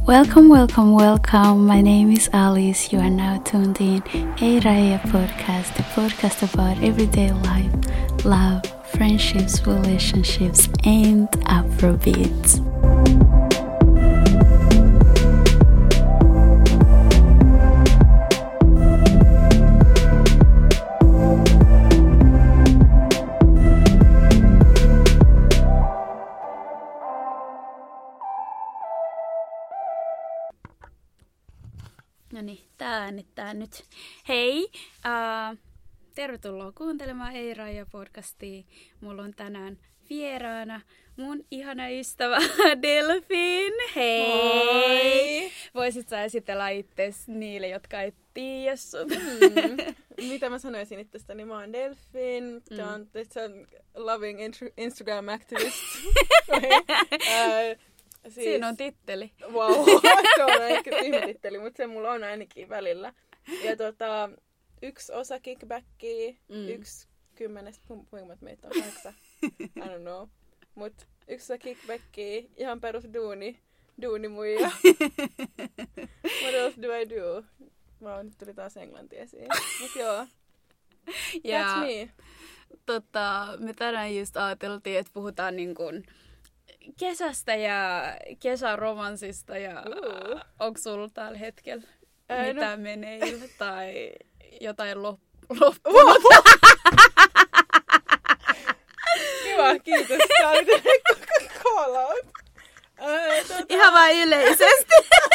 Welcome, welcome, welcome. My name is Alice. You are now tuned in A Raya Podcast, the podcast about everyday life, love, friendships, relationships, and Afrobeats. No niin, tää nyt. Hei, tervetuloa kuuntelemaan Ei Raya podcastia. Mulla on tänään vieraana mun ihana ystävä Delfin. Hei! Moi! Voisit sä esitellä itses niille, jotka ei tiedä sut? Mitä mä sanoisin itsestäni? Mä oon Delfin. It's a loving Instagram activist. Siis... Siinä on titteli. Wow, se on ehkä tyhmä titteli, mutta se mulla on ainakin välillä. Ja yksi osa kickbackia, 10, kuinka meitä on 8, I don't know. Mut yksi osa kickbackia, ihan perus duunimuija. What else do I do? Wow, nyt tuli taas englanti esiin. Mut joo, that's me. Me tänään just ajateltiin, että puhutaan niin kuin kesästä ja kesäromanssista ja onko sulla tällä hetkellä mitään meneillä tai jotain loppunut? Kiva, kiitos. Tää oli call out. Ihan vain yleisesti.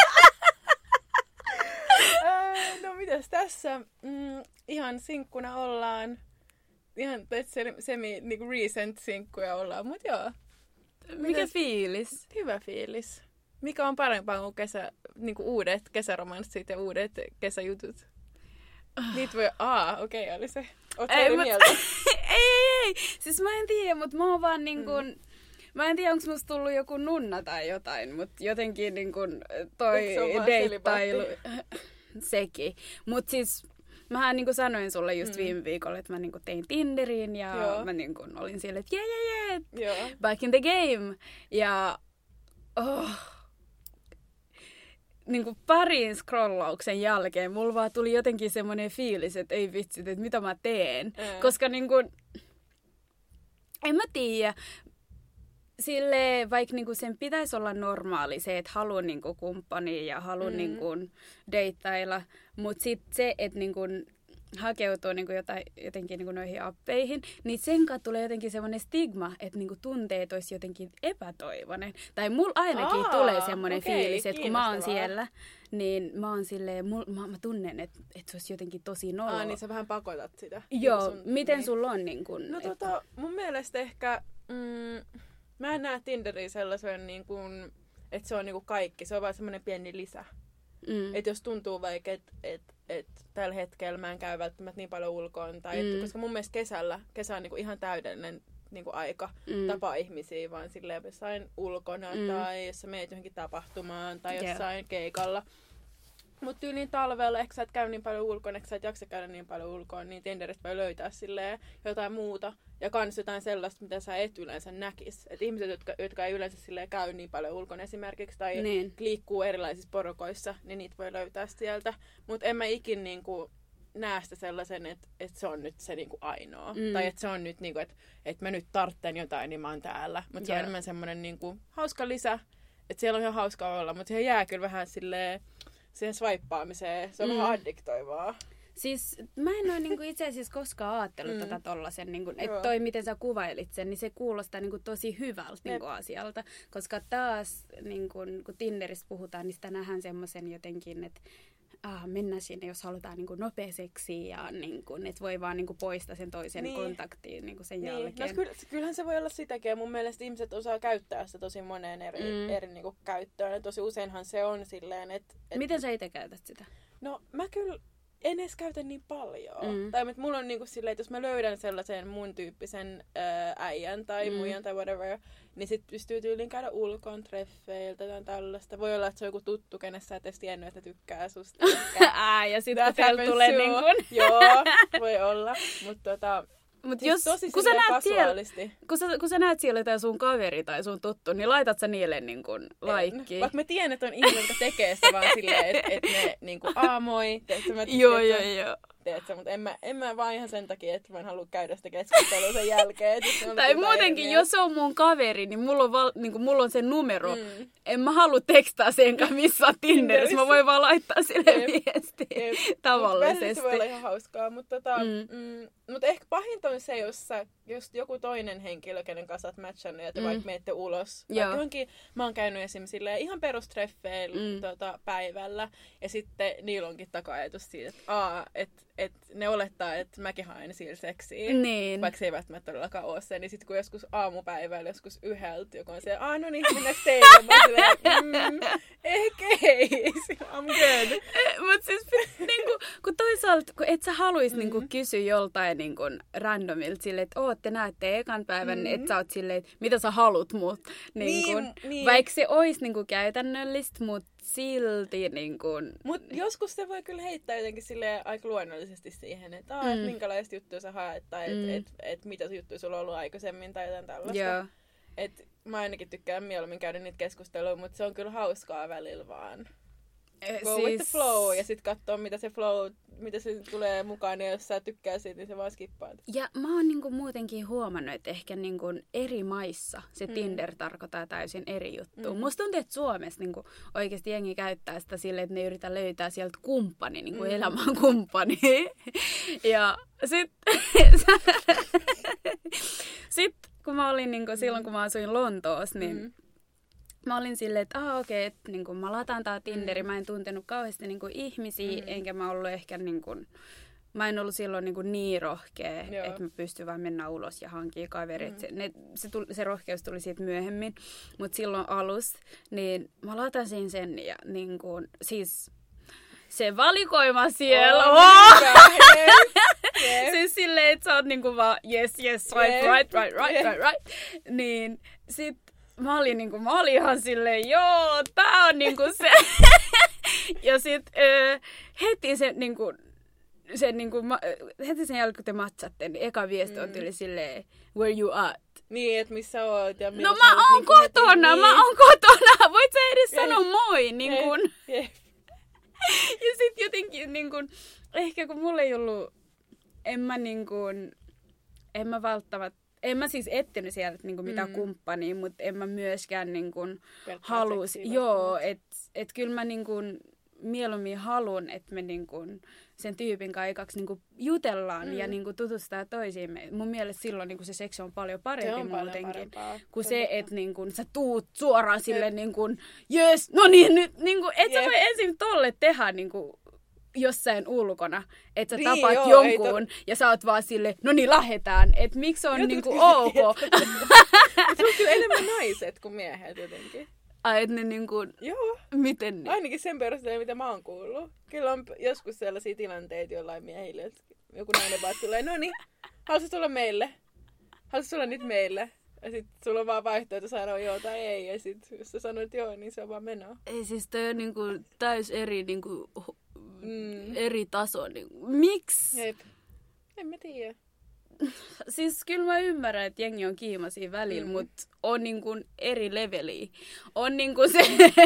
No mitäs tässä? Ihan sinkkuna ollaan. Ihan semi niinku recent sinkkuja ollaan, mut joo. Mikä fiilis? Hyvä fiilis. Mikä on parempaa kuin niinku uudet kesäromanssit ja uudet kesäjutut? Niitä voi... okei, oli se. Ootko eri mieltä? ei. Siis mä en tiedä, mutta mä oon vaan niinku... Mä en tiedä, onko musta tullut joku nunna tai jotain, mutta jotenkin niinku toi deittailu... Sekin. Mut siis... Mähän niinku sanoin sulle just viime viikolla, että mä niinku tein Tinderin ja mä niinku olin siellä, että back in the game. Ja niinku parin scrollauksen jälkeen mulla vaan tuli jotenkin semmoinen fiilis, että ei vitsit, että mitä mä teen. Koska niinku, en mä tiedä, silleen, vaikka niinku sen pitäisi olla normaali se, että haluan niinku kumppania ja haluan niinku deittailla, mutta sitten se, että niinku hakeutuu niinku jotenkin niinku noihin appeihin, niin sen kanssa tulee jotenkin semmoinen stigma, että niinku tunteet olisi jotenkin epätoivoinen. Tai mulla ainakin tulee semmoinen fiilis, että kun mä oon siellä, niin mä oon silleen, mä tunnen, että se olisi jotenkin tosi noloa. Niin sä vähän pakotat sitä. Joo, miten sulla on? Niin kun, no mun mielestä ehkä... Mä en näe Tinderiä sellaisen, niin kuin, että se on niin kuin kaikki. Se on vaan semmoinen pieni lisä. Että jos tuntuu vaikka, että tällä hetkellä mä en käy välttämättä niin paljon ulkoon. Koska mun mielestä kesä on niin kuin ihan täydellinen niin kuin aika tapaa ihmisiä, vaan silleen jossain ulkona tai jos sä meet johonkin tapahtumaan tai jossain keikalla. Mutta tyyliin talvella, ehkä sä et käy niin paljon ulkoon, ehkä sä et jaksa käydä niin paljon ulkoon, niin Tinderistä voi löytää silleen jotain muuta. Ja kans jotain sellaista, mitä sä et yleensä näkis. Et ihmiset, jotka ei yleensä silleen käy niin paljon ulkona esimerkiksi, tai liikkuu erilaisissa porukoissa, niin niitä voi löytää sieltä. Mutta en mä ikin niinku näe sitä sellaisen, että se on nyt se niinku ainoa. Tai että se on nyt niinku, että mä nyt tartten jotain, niin mä oon täällä. Mutta se on enemmän semmonen niinku hauska lisä, että siellä on ihan hauska olla, mutta siihen jää kyllä vähän silleen siihen swipeaamiseen. Se on vähän addiktoivaa. Siis mä en ole niinku itse asiassa koskaan ajatellut tätä tollasen, niinku, että toi miten sä kuvailit sen, niin se kuulostaa niinku tosi hyvältä niinku asialta. Koska taas niinku, kun Tinderistä puhutaan, niin sitä nähdään semmoisen jotenkin, että mennään sinne, jos halutaan niinku nopeaseksi ja niinku, että voi vaan niinku poistaa sen toisen kontaktiin niinku sen jälkeen. No, kyllähän se voi olla sitäkin ja mun mielestä ihmiset osaa käyttää sitä tosi moneen eri niinku käyttöön. Ja tosi useinhan se on silleen, että... Miten sä itse käytät sitä? No mä kyllä en edes käytä niin paljon. Tai mulla on niinku silleen, että jos mä löydän sellaisen mun tyyppisen äijän tai muijan tai whatever, niin sit pystyy tyyliin käydä ulkoon treffeiltä tai tällaista. Voi olla, että se on joku tuttu, kenessä sä et edes tiennyt, että tykkää susta. Ja sit kun tulee niin kuin... Joo, voi olla. Mutta Mut siis jos, tosi kun kasuaalisti. Kun sä näet siellä jotain sun kaveri tai sun tuttu, niin laitat sä niille niin kuin laikkiin. Vaikka mä tiedän, että on ihmisiä, jotka tekee sitä vaan silleen, että ne niin kuin aamoi. Joo. Teetkö, mutta en mä vaan ihan sen takia, että mä en halua käydä sitä keskustelua sen jälkeen. Tai muutenkin, jos se on mun kaveri, niin mulla on sen numero. En mä halua tekstaa sen kanssa missään Tinderissä. Mä voin vaan laittaa sille viestiä tavallisesti. Se voi olla ihan hauskaa, mutta mutta ehkä pahinta on se, jos joku toinen henkilö, kenen kanssa oot matchannut, ja te vaikka menette ulos. Johonkin, mä oon käynyt esimerkiksi ihan perustreffeillä päivällä, ja sitten niillä onkin taka-ajatus siitä, että ne olettaa, että mäkin haen sillä seksiä, niin. Vaikka se ei välttämättä todellakaan ole se. Niin sitten kun joskus aamupäivällä, joskus 1, joku on se, no niin, mennäänkö teille? Mä silleen, ehkä ei, I'm good. Mutta siis niinku, kun toisaalta, kun et sä haluis niinku kysyä joltain niinku randomilta silleen, että te näette ekan päivän, että sä oot silleen, että mitä sä haluut mut. Niinku, niin. Vaikka se ois niinku käytännöllistä, mut silti niinku... Mut joskus se voi kyllä heittää jotenkin silleen aika luonnollisesti siihen, että et minkälaista juttua sä haet, tai että mitä juttuja sulla on ollut aikaisemmin, tai jotain tällaista. Joo. Et mä ainakin tykkään mieluummin käydä niitä keskusteluja, mutta se on kyllä hauskaa välillä vaan. Go with the flow ja sit katsoo mitä se tulee mukaan, ja jos sä tykkää siitä, niin se vaan skippaat. Ja mä oon niinku muutenkin huomannut, että ehkä niinku eri maissa se Tinder tarkoittaa täysin eri juttua. Musta tuntuu, että Suomessa niinku oikeasti jengi käyttää sitä silleen, että ne yrittää löytää sieltä kumppani, niinku elämän kumppani. Ja sit kun mä olin niinku, silloin, kun mä asuin Lontoossa, niin mä olin silleen, että okei, että niinku, mä lataan tää Tinderi. Mä en tuntenut kauheasti niinku, ihmisiä, enkä mä ollut ehkä niinku, mä en ollut silloin niin rohkea, että mä pystyn vaan mennä ulos ja hankkia kaverit. Se rohkeus tuli siitä myöhemmin, mutta silloin alussa, niin mä latasin sen ja niinku, siis se valikoima siellä. Siis silleen, että sä oot niinku vaan yes, right. Niin sit mä olin ihan silleen, joo, tää on niinku se. Ja sit heti sen jälkeen, kun te matchatte, niin eka viesti on tyyli silleen, where you at? Niin, että missä oot. Ja no mä oon kotona, voit sä edes sanoa moi, niin kun. Ja sit jotenkin niin kun, ehkä kun mulla ei ollut, en mä siis etsinyt sieltä niinku mitään kumppania, mutta en mä myöskään niinku halusi. Joo, että kyllä mä niinku mieluummin haluan, että me niinku sen tyypin kanssa ekaksi niinku jutellaan ja niinku tutustaa toisiimme. Mun mielestä silloin niinku se seksi on paljon parempi muutenkin. Kuin se, että niinku sä tuut suoraan silleen niinku, jes, no niin nyt, niinku, et sä voi ensin tolle tehdä niinku jossain ulkona, että sä tapaat jonkun ja sä oot vaan silleen, no niin, lähetään. Että miksi on niinku ok. Se on kyllä enemmän naiset kuin miehet jotenkin. Ai, että ne niinku... Joo. Miten ne? Ainakin sen perusteella, mitä mä oon kuullut. Kyllä on joskus sellaisia tilanteita jollain miehillä, että joku nainen vaan tulee, no niin, haluaisit tulla meille? Haluaisit tulla nyt meille? Ja sit sulla on vaan vaihtoehto sanoa joo tai ei. Ja sit jos sä sanoit joo, niin se on vaan menoa. Ei siis toi on niinku täys eri niinku... eri taso. Miksi? Jep. En mä tiedä. Siis kyllä mä ymmärrän, että jengi on kiimaisia välillä, mutta on niinku eri leveliä. On niinku se...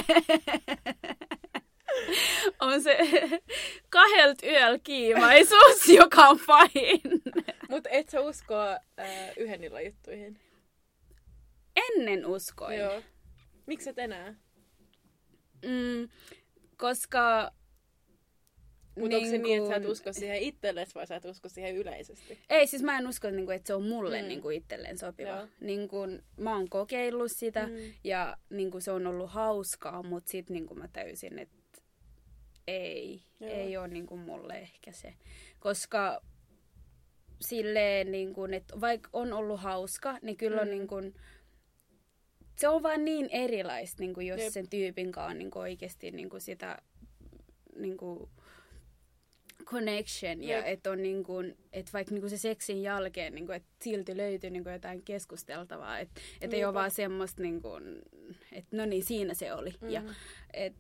on se 2 yöllä kiimaisuus, joka on pahin. Mutta et sä uskoa yhden illan juttuihin? Ennen uskoin. Joo. Miksi et enää? Koska... Mutta onko se niin, että sä et usko siihen itsellesi vai sä et usko siihen yleisesti? Ei, siis mä en usko, että se on mulle itselleen sopiva. Mä oon kokeillut sitä ja se on ollut hauskaa, mutta sit mä täysin, että ei ole mulle ehkä se. Koska silleen, että vaikka on ollut hauska, niin kyllä on se on vaan niin erilaista, jos sen tyypin kanssa on oikeasti sitä connection ja että on että vaikka se seksin jälkeen että silti löytyy jotain keskusteltavaa, että ei ole vaan semmoista että no niin, siinä se oli ja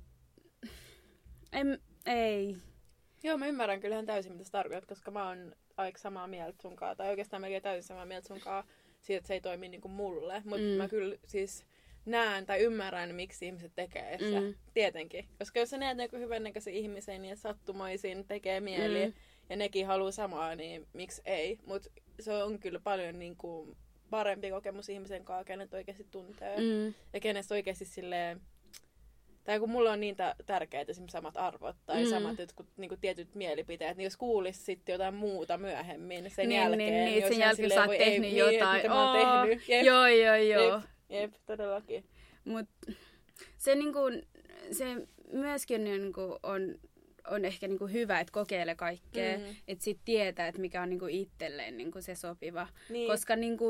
ei. Joo, mä ymmärrän kyllähän täysin mitä sä tarkoitat, koska mä oon aika samaa mieltä sunkaan, tai oikeastaan melkein täysin samaa mieltä sunkaan siitä, että se ei toimi niinku mulle. Mutta mä kyllä siis näen tai ymmärrän, miksi ihmiset tekee se. Tietenkin. Koska jos sä näet joku hyvännäköisen ihmisen ja sattumoisin tekee mieli ja nekin haluaa samaa, niin miksi ei? Mutta se on kyllä paljon niinku parempi kokemus ihmisen kanssa, kenet oikeasti tuntee. Ja kenestä oikeasti silleen, tai kun mulla on niin tärkeitä esimerkiksi samat arvot tai samat jotkut niinku tietyt mielipiteet, niin jos kuulisi sitten jotain muuta myöhemmin sen jälkeen, niin sen jälkeen sä oot tehnyt jotain. Mitä mä oon tehnyt. Jep. Joo. Jep, todellakin. Mut se niinku, se myöskin niinku on ehkä niinku hyvä, että kokeile kaikkea, että sit tietää, että mikä on niinku itselleen niinku se sopiva. Niin. Koska niinku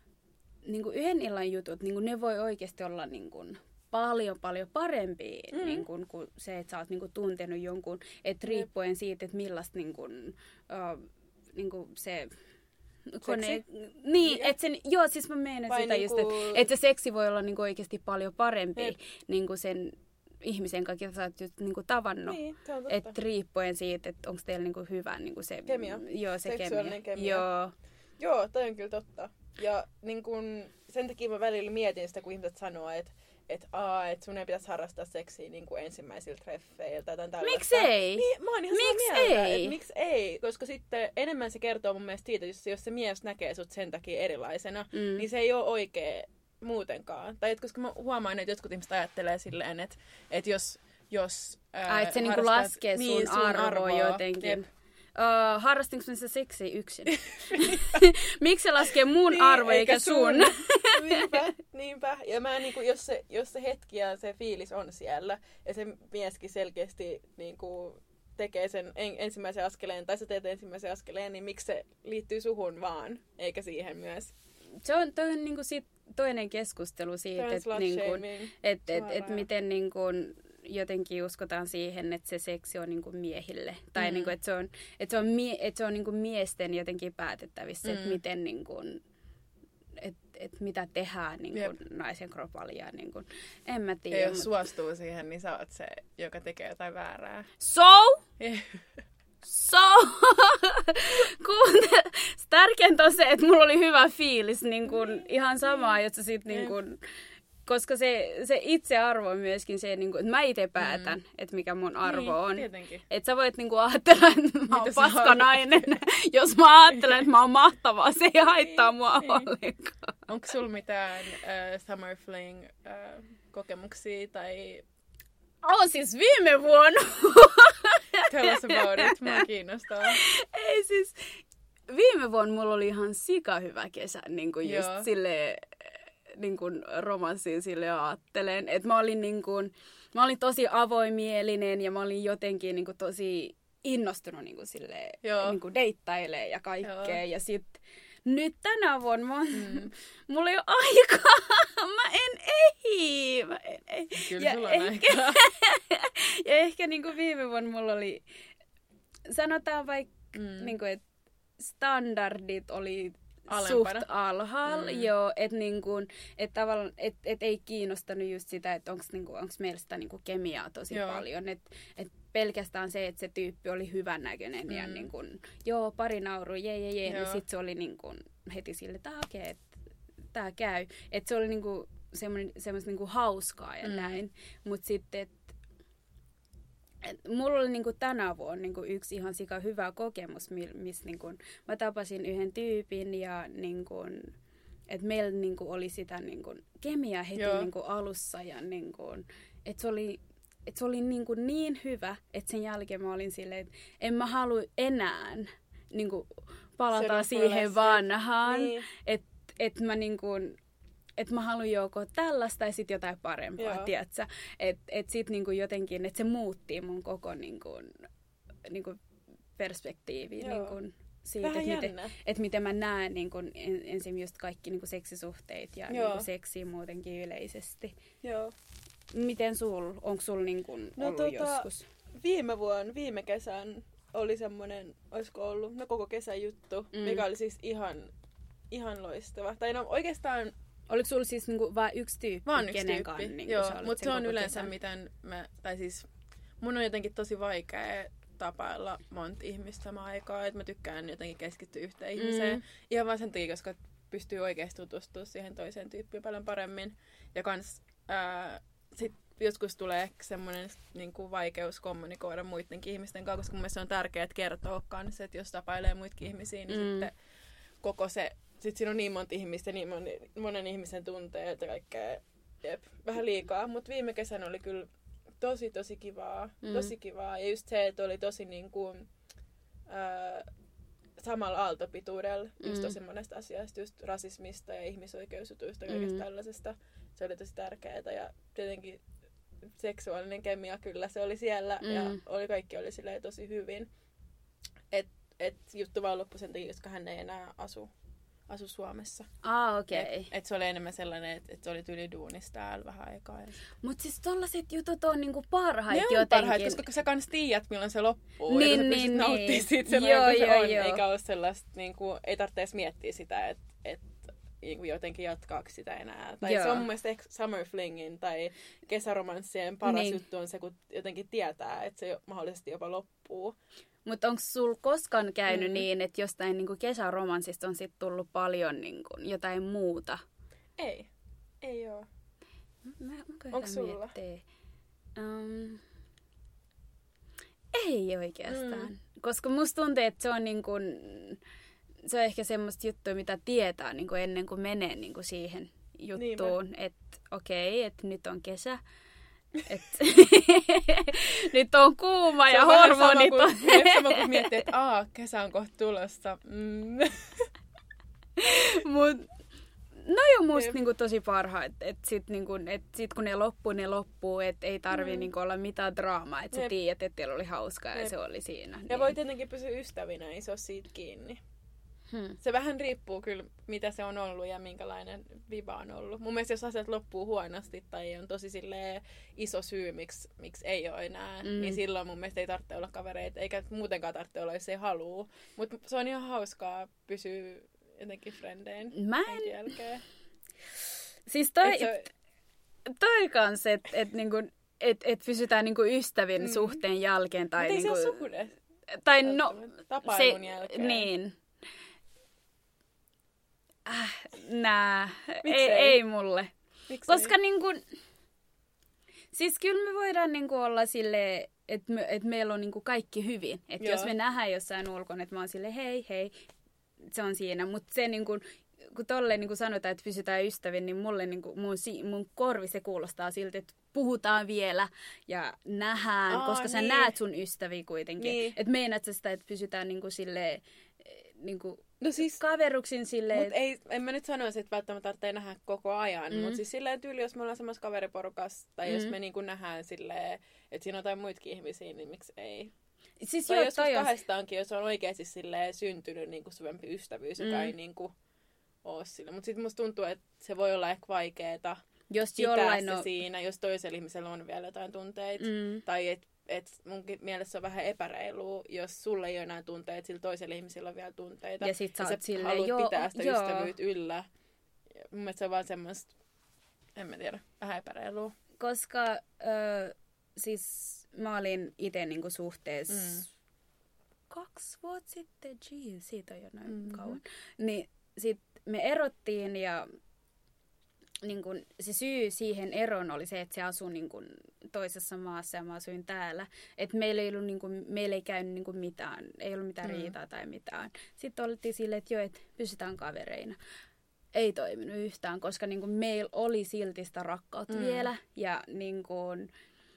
yhden illan jutut, niinku ne voi oikeasti olla niinku paljon parempia niinku, kuin se, että sä oot niinku tuntenut jonkun, että riippuen siitä, että millaista niinku se kone. Niin, että sen, joo, siis mä menen sitä niinku just, että se seksi voi olla niinku oikeasti paljon parempi niinku sen ihmisen kanssa, jota sä oot just niinku tavannut. Niin, että riippuen siitä, että onko teillä niinku hyvä niinku se kemia. Joo, se kemia. Joo, toi on kyllä totta. Ja niin kun, sen takia mä välillä mietin sitä, kun ihmiset sanoo, että sun ei pitäisi harrastaa seksiä niin kuin ensimmäisillä treffeiltä tai tällaista. Miksi ei? Niin, mä oon ihan samaa mieltä, että miksi ei? Koska sitten enemmän se kertoo mun mielestä siitä, jos se mies näkee sut sen takia erilaisena, niin se ei ole oikee muutenkaan. Tai et, koska mä huomaan, että jotkut ihmiset ajattelee silleen, että jos että se niinku laskee sun arvoa jotenkin. Harrastinko mä se seksiä yksin? Miksi se laskee mun arvo eikä sun? Niinpä. Ja mä niinku, jos se hetki ja se fiilis on siellä, ja se mieskin selkeästi niinku tekee sen ensimmäisen askeleen, tai sä teet ensimmäisen askeleen, niin miksi se liittyy suhun vaan, eikä siihen myös? Se on niinku toinen keskustelu siitä, että niinku, et miten niinku jotenkin uskotaan siihen, että se seksi on niinku miehille. Tai niinku, että se on niinku miesten jotenkin päätettävissä, että miten niinku, että mitä tehdään niinku naisen kropalla. Ja niinku, en mä tiedä. Ja jos suostuu siihen, niin sä oot se, joka tekee jotain väärää. Tärkeintä on se, että mulla oli hyvä fiilis, niin kun, ihan samaa, että sit niin kun, koska se itsearvo on myöskin se, niin kun, että mä itse päätän, että mikä mun arvo on. Että sä voit niin kun, ajatella, että mä oon paskanainen. Jos mä ajattelen, että mä oon mahtavaa, se ei haittaa mua ollenkaan. Onko sulla mitään Summer Fling kokemuksia tai... On siis viime vuonna. Tell us about it, mua kiinnostaa. Ei siis, viime vuonna mulla oli ihan sika hyvä kesä, niin kuin just silleen, niin kuin romanssiin silleen ajattelen. Että mä olin tosi avoimielinen ja mä olin jotenkin niin kuin tosi innostunut niin kuin silleen, niin kuin deittailemaan ja kaikkea. Ja sit nyt tänä vuonna mulla ei ole aikaa. Mä en ehdi. Kyllä sulla on aikaa. Ja ehkä niin kuin viime vuonna mulla oli, sanotaan vaikka, niin kuin, että standardit oli suht alhaalla. Joo, että niin tavallaan, et ei kiinnostanut just sitä, että onko meillä sitä niin kuin kemiaa tosi paljon. Että pelkästään se, että se tyyppi oli hyvännäköinen ja niin kuin, pari naurua, jee. Niin sit se oli niin kuin, heti sille, että tää käy. Että se oli niin kuin semmoista niin kuin hauskaa ja näin. Mutta sitten, mulla oli niinku tänä vuonna niinku yksi ihan sika hyvä kokemus, missä niinku mä tapasin yhden tyypin ja niinku, että meillä niinku oli sitä niinku kemiaa heti niinku alussa ja niinku, että se oli niinku niin hyvä, että sen jälkeen mä olin silleen, että en mä halua enää niinku palata siihen vanhaan, niin. että mä niinku... Että mä haluan joko tällaista tai sitten jotain parempaa, tiedätkö? Että sit niinku jotenkin, että se muutti mun koko niinku perspektiivi niinku siitä, että miten mä näen niinku ensin just kaikki niinku seksisuhteet ja niinku seksiä muutenkin yleisesti. Joo. Miten onko sul niinku ollut joskus? Viime kesän oli semmoinen, olisiko ollut, koko kesän juttu, mikä oli siis ihan loistava. Tai no oikeastaan... Oliko sulla siis niinku vain yksi tyyppi? Vaan yksi tyyppi, joo, mutta se on yleensä miten mun on jotenkin tosi vaikea tapailla monta ihmistä samaan aikaan, että mä tykkään jotenkin keskittyä yhteen ihmiseen. Ihan vaan sen takia, koska pystyy oikeasti tutustumaan siihen toiseen tyyppiin paljon paremmin. Ja kans sit joskus tulee semmoinen niin kuin vaikeus kommunikoida muidenkin ihmisten kanssa, koska mun mielestä se on tärkeää kertoa kanssa, että jos tapailee muitakin ihmisiä, niin sitten koko se, sit siinä on niin monta ihmistä, niin monen ihmisen tunteet ja kaikkea, vähän liikaa. Mutta viime kesänä oli kyllä tosi kivaa, tosi kivaa. Ja just se, että oli tosi niin kuin, samalla aaltopituudella just tosi monesta asiasta, just rasismista ja ihmisoikeusjutuista ja kaikesta tällaisesta. Se oli tosi tärkeää ja tietenkin seksuaalinen kemia kyllä se oli siellä ja kaikki oli silleen tosi hyvin. Et juttu vaan loppui sen takia, koska hän ei enää asu Suomessa. Okei. Okay. Et se oli enemmän sellainen, että se oli tyyli duunissa täällä vähän aikaa. Mut siis tollaset jutut on niinku parhaita jotenkin. Ne on parhaita, koska sä kans tiedät, milloin se loppuu. Niin, ja sä pystyt nauttimaan siitä sellainen, kun se on. Eikä ole sellaista, niinku, ei tarvitse edes miettiä sitä, että niinku jotenkin jatkaako sitä enää. Tai se on mun mielestä summer flingin tai kesäromanssien paras juttu on se, kun jotenkin tietää, että se mahdollisesti jopa loppuu. Mutta onko sul koskaan käynyt niin, että jostain niinku kesäromanssista on sit tullut paljon niinku jotain muuta? Ei oo. Onko sulla? Ei oikeastaan. Koska musta tuntuu, että se on niinku, se on ehkä semmoista juttua, mitä tietää niinku ennen kuin menee niinku siihen juttuun. Että okei, että nyt on kesä. Nyt on kuuma ja hormonit on. Sama kuin miettii, että kesä on kohta tulossa. Mut no on musta niinku tosi parhaat, että sit kun ne loppuu, että ei tarvii niinku olla mitään draamaa, että sä tiedät, että teillä oli hauskaa ja se oli siinä. Ja niin. voi tietenkin pysyä ystävinä, ei se ole siitä kiinni. Se vähän riippuu kyllä, mitä se on ollut ja minkälainen viba on ollut. Mun mielestä jos asiat loppuu huonosti tai on tosi iso syy, miksi ei ole enää, niin silloin mun mielestä ei tarvitse olla kavereita, eikä muutenkaan tarvitse olla, jos ei halua. Mutta se on ihan hauskaa pysyä jotenkin frendein sen jälkeen. Siis toi kans, että niinku, et pysytään niinku ystävin suhteen jälkeen. Tai mutta niinku, ei se ole suhde. Tai tapailun jälkeen. Niin. Ei mulle. Miksei? Koska niinku, siis kyllä me voidaan niinku olla silleen, että meillä on niinku kaikki hyvin. Että jos me nähdään jossain ulkona, että mä oon silleen hei, se on siinä. Mutta se niinku, kun tolleen niinku sanotaan, että pysytään ystävin, niin mulle niinku, mun korvi se kuulostaa siltä, että puhutaan vielä ja nähdään, koska sä näet sun ystäviä kuitenkin. Niin. Että meinaat sä sitä, että pysytään niinku silleen, niinku, no siis, kaveruksin silleen. Mutta en mä nyt sanoisi, että välttämättä tarvitsee nähdä koko ajan. Mutta siis silleen tyyli, jos me ollaan samassa kaveriporukassa, tai jos me niinku nähdään silleen, että siinä on jotain muitakin ihmisiä, niin miksi ei? Siis tai joskus kahdestaankin, jos on oikeasti silleen syntynyt niinku syvempi ystävyys, joka ei niinku ole sille. Mutta sitten musta tuntuu, että se voi olla ehkä vaikeeta pitää se siinä, jos toisella ihmisellä on vielä jotain tunteita. Tai että munkin mielessä se on vähän epäreilua, jos sulle ei ole enää tunteita, sillä toisella ihmisellä on vielä tunteita. Ja sit sä haluat pitää sitä ystävyyttä yllä. Ja mun mielestä se on vaan semmoista, en mä tiedä, vähän epäreilua. Koska siis mä olin itse niinku suhteessa 2 vuotta sitten, siitä on jo noin kauan. Niin sit me erottiin ja niin kun, se syy siihen eroon oli se, että se asui niin kun, toisessa maassa ja mä asuin täällä. Että meillä ei käynyt niin kun mitään, ei ollut mitään riitaa tai mitään. Sitten oltiin silleen, että joo, että pysytään kavereina. Ei toiminut yhtään, koska niin kun, meillä oli silti sitä rakkautta vielä. Ja niin kun,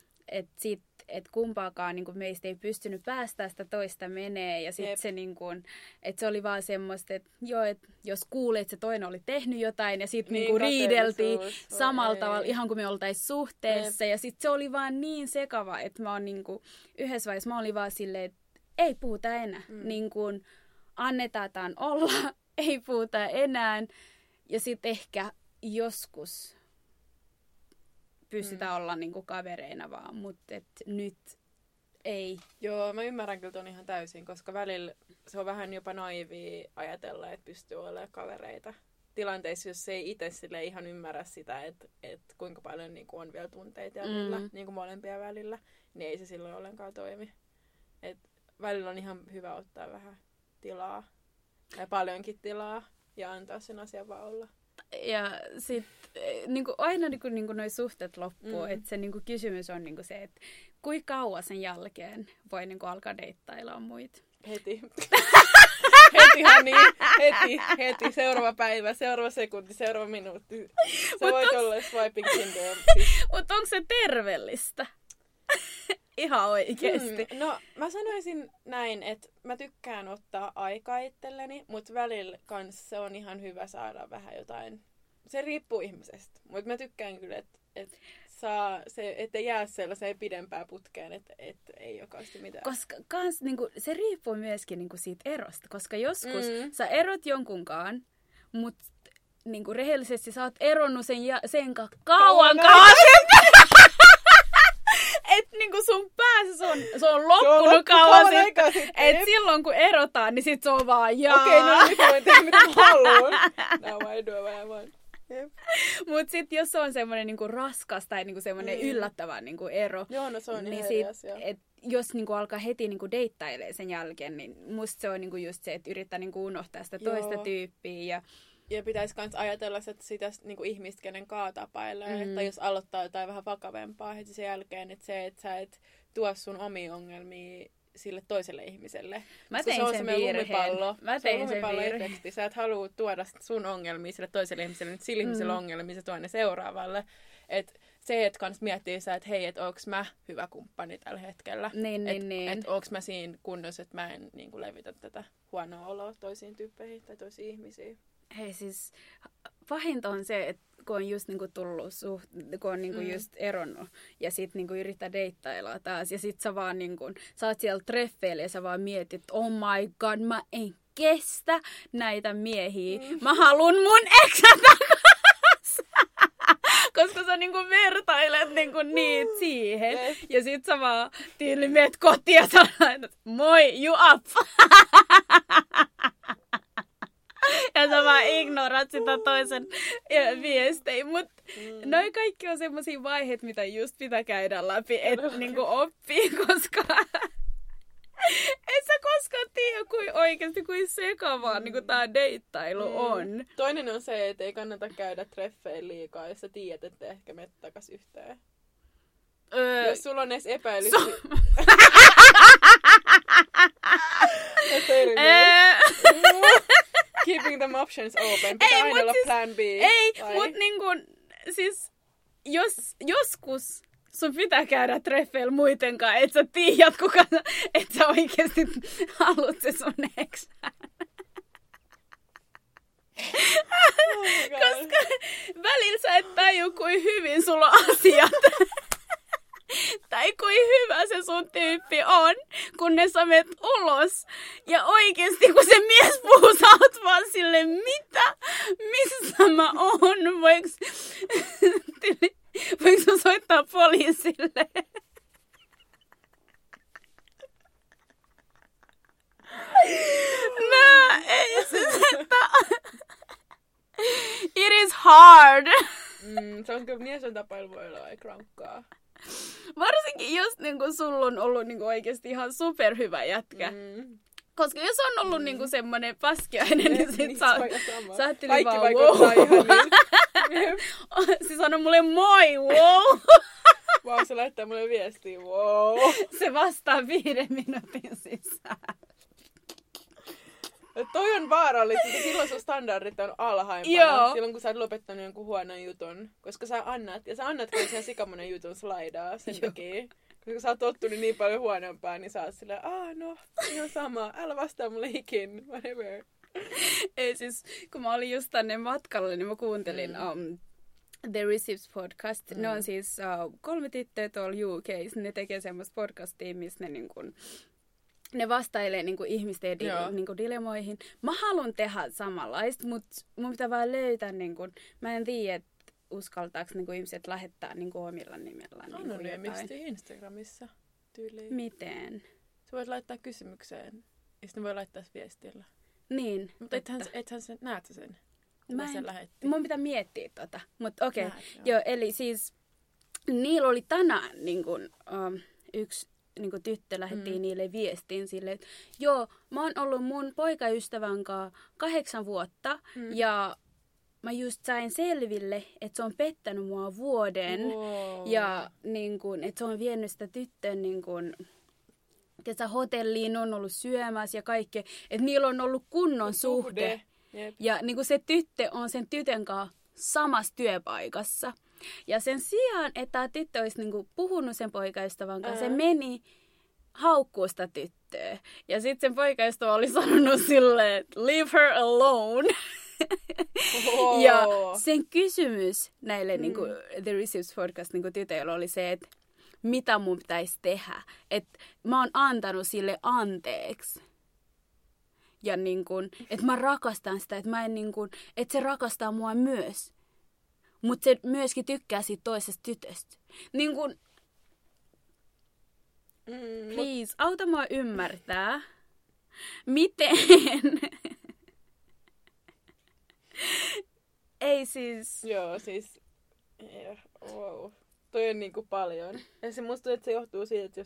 että kumpaakaan niin meistä ei pystynyt päästään sitä toista menee. Ja sitten se, niin kun, että se oli vaan semmoista, että joo, että jos kuulee, että se toinen oli tehnyt jotain ja sitten niin riideltiin samalla tavalla, ihan kuin me oltaisiin suhteessa. Ja sitten se oli vaan niin sekava, että mä oon niin kun, yhdessä vaiheessa mä olin vaan silleen, että ei puhuta enää. Niin kun, annetaan tämän olla, ei puhuta enää. Ja sitten ehkä joskus pystytään olla niinku kavereina vaan, mutta nyt ei. Joo, mä ymmärrän kyllä ton ihan täysin, koska välillä se on vähän jopa naivia ajatella, että pystyy olemaan kavereita. Tilanteissa, jos ei itse sille ihan ymmärrä sitä, että kuinka paljon niinku on vielä tunteita jäljellä niinku molempia välillä, niin ei se silloin ollenkaan toimi. välillä on ihan hyvä ottaa vähän tilaa. Tai paljonkin tilaa. Ja antaa sen asian vaan olla. Ja sit niinku aina niinku noi suhteet loppuu. Että se niinku kysymys on niinku se, että kuinka kauan sen jälkeen voi niinku alkaa deittailla muita. Heti. Heti, honey. Heti. Seuraava päivä, seuraava sekunti, seuraava minuutti. Sä voit olla swiping Tinder. Mutta onko se terveellistä? Ihan oikeesti. No, mä sanoisin näin, että mä tykkään ottaa aikaa itselleni, mutta välillä kans se on ihan hyvä saada vähän jotain. Se riippuu ihmisestä. Mutta mä tykkään kyllä, että saa se, ettei jää sellaiseen pidempään putkeen, että ei oikeasti mitään. Koska kans, niinku, se riippuu myöskin niinku siitä erosta. Koska joskus sä erot jonkunkaan, mutta niinku, rehellisesti sä oot eronnut sen kauan. Että niinku sun päässä se on loppunut kauan sitten. Että silloin kun erotaan, niin sit se on vaan Okei, no nyt voin tehdä mitä mä haluan. Now I do what I want. Yep. Mut sit jos se on semmonen niinku raskas tai niinku semmonen yllättävä niinku ero, joo, no se on niin sit, jos niinku alkaa heti niinku deittailee sen jälkeen, niin musta se on niinku just se, että yrittää niinku unohtaa sitä toista tyyppiä. Ja pitäisi myös ajatella sitä niinku ihmistä, kenen kaa tapailee. Tai jos aloittaa jotain vähän vakavempaa heti sen jälkeen, että se, että sä et tuo sun omia ongelmia sille toiselle ihmiselle. Mä tein sen virheen. Se on lumipallo-efekti. Sä et halua tuoda sun ongelmia sille toiselle ihmiselle, nyt sille ihmiselle ongelmia, sä tuo ne seuraavalle. Et se, että kans miettii sä, että hei, että onks mä hyvä kumppani tällä hetkellä. Että onks mä siinä kunnossa, että mä en niinku levitä tätä huonoa oloa toisiin tyyppeihin tai toisiin ihmisiin. Hei siis, pahinta on se, että kun on just niinku tullut kun on niinku just eronnut ja sit niinku yrittää deittailla taas ja sit sä vaan niinku, sä oot siellä treffeillä ja sä vaan mietit, että oh my god, mä en kestä näitä miehiä. Mä haluun mun eksä takas. Koska sä niinku vertailet niinku niitä siihen. Ja sit sä vaan tyyli meet kotiin ja sä laitat, moi, you up. Ja sä vaan ignorat sitä toisen viestejä. Mutta noi kaikki on semmosia vaiheita, mitä just pitää käydä läpi, että niinku oppii, koska et sä koskaan tiedä, kuin sekavaa niinku tää deittailu on. Toinen on se, että ei kannata käydä treffeillä liikaa, jos sä tiedät, että ehkä menet takas yhteen. Jos sulla on edes epäilys... Keeping them options open. Pitää aina olla plan B. Ei, mut niinku, siis joskus sun pitää käydä treffeillä muitenkaan, et sä tiedät, et sä oikeesti haluut se sun eksään. Koska välillä sä et taju, kuin hyvin sulla on asiat. Tai kuin hyvä se sun tyyppi on, kunnes sä menet ulos. Ja oikeesti kun se mies puhuu, sä oot vaan silleen, mitä? Missä mä oon? Voinko sä soittaa poliisille? It is hard. Se on kyllä miesten tapailu voi olla aika rankkaa. Varsinkin jos niinku sulla on ollut niinku oikeesti ihan superhyvä jätkä. Koska jos on ollut niinku semmonen paskiainen, niin sit sä ajattelin vaan wow. Se sanoi mulle moi, wow. Wow, se laittaa mulle viestiä, wow. Se vastaa 5 minuutin sisään. Toi on vaarallista, silloin sun standardit on alhaimpana. Silloin kun sä oot lopettanut jonkun huonon jutun. Koska sä annat kun sen sikamonen jutun slaidaa sen takia. Koska sä oot tottunut niin paljon huonompaa, niin sä oot silleen, no, ihan sama, älä vastaa mulle ikin, whatever. Ei siis, kun mä olin just tänne matkalle, niin mä kuuntelin The Receipts podcast. Ne on siis 3 tyttöä tuolla UK:ssa, ne tekee semmoista podcastia, missä ne niinku... Ne vastailee niinku ihmisten niinku dilemoihin. Mä haluan tehdä samanlaista, mutta mun pitää vaan löytää, niinku, mä en tiedä, että uskaltaako niinku ihmiset lähettää niinku omilla nimellään. Anonyymisti Instagramissa tyyliin. Miten? Sä voit laittaa kysymykseen ja sitten voi laittaa viestillä. Niin. Mutta ethän sen, näet sä sen? Mun pitää miettiä tota. Mutta okei. Joo, eli siis niillä oli tänään niinku, yksi niinku tyttö lähetti niille viestin silleen, että joo, mä oon ollut mun poikaystävän kanssa 8 vuotta ja mä just sain selville, että se on pettänyt mua vuoden ja niinku, että se on vienyt sitä tyttöön niinku, hotelliin, on ollut syömässä ja kaikkea, että niillä on ollut kunnon suhde. Ja niinku se tyttö on sen tytön kanssa samassa työpaikassa. Ja sen sijaan, että tämä tyttö olisi niinku puhunut sen poikaystävän kanssa, se meni haukkuu sitä tyttöä. Ja sitten sen poikaystävä oli sanonut silleen, että leave her alone. Ja sen kysymys näille niinku, The Receives podcast niinku, tytöille oli se, että mitä mun pitäisi tehdä. Että mä oon antanut sille anteeksi. Ja niin kun, että mä rakastan sitä, että, mä en niin kun, että se rakastaa mua myös. Mutta se myöskin tykkää siitä toisesta tytöstä. Niin kun, please, auta mua ymmärtää, miten... Ei siis... Joo, siis... Wow. Toi on niinku paljon. Ja se musta tuntuu, että se johtuu siitä, että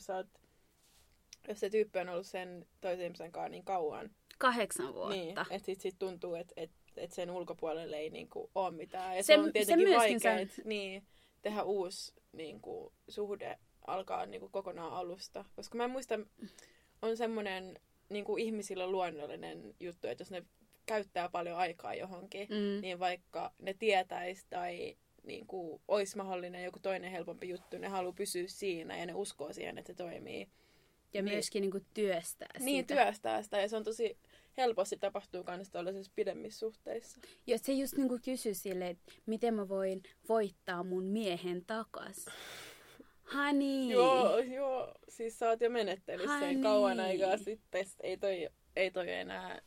jos se tyyppi on ollut sen toisen ihmisen kanssa niin kauan. 8 vuotta. Niin, että sit tuntuu, että sen ulkopuolelle ei niinku ole mitään. Ja se on tietenkin vaikea tehdä uusi niinku, suhde alkaa niinku, kokonaan alusta. Koska mä muistan, on semmoinen niinku, ihmisillä luonnollinen juttu, että jos ne käyttää paljon aikaa johonkin, niin vaikka ne tietäisi tai niinku, olisi mahdollinen joku toinen helpompi juttu, ne haluaa pysyä siinä ja ne uskoo siihen, että se toimii. Ja myöskin niinku työstää sitä. Niin, työstää sitä. Ja se on tosi helposti tapahtuu myös tällaisissa pidemmissä suhteissa. Ja se just niinku kysyy silleen, että miten mä voin voittaa mun miehen takas. Honey. Joo. Siis sä oot jo menettänyt sen kauan aikaa sitten. Ei toi enää...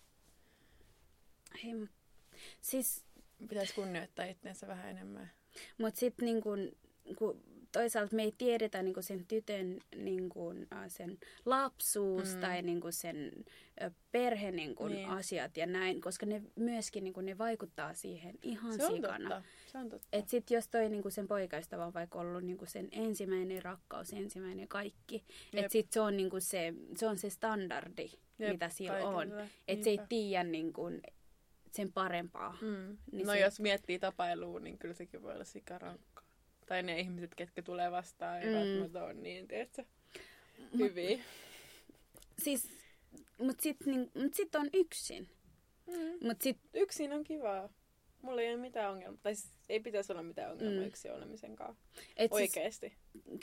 Hei, siis... Pitäisi kunnioittaa itseensä vähän enemmän. Mut sit niinku... Toisaalta me ei tiedetä niinku sen tytön niinku, sen lapsuus tai niinku sen perhe niinku, asiat ja näin, koska ne myöskin niinku, ne vaikuttaa siihen ihan sikana. Se on totta. Et sit jos toi niinku, sen poikaystävä on vaikka ollut niinku, sen ensimmäinen rakkaus, ensimmäinen kaikki, että sit se on, niinku, se on se standardi, mitä sillä on. Että se ei tiedä niinku, sen parempaa. Niin no jos miettii tapailua, niin kyllä sekin voi olla sikarankkaa. Tai ne ihmiset, ketkä tulee vastaan, ei välttämättä ole niin, tiedätkö, hyviä. Siis, mut sit on yksin. Yksin on kivaa. Mulla ei ole mitään ongelmaa. Tai siis ei pitäisi olla mitään ongelmaa yksin olemisen kanssa. Oikeesti. Siis,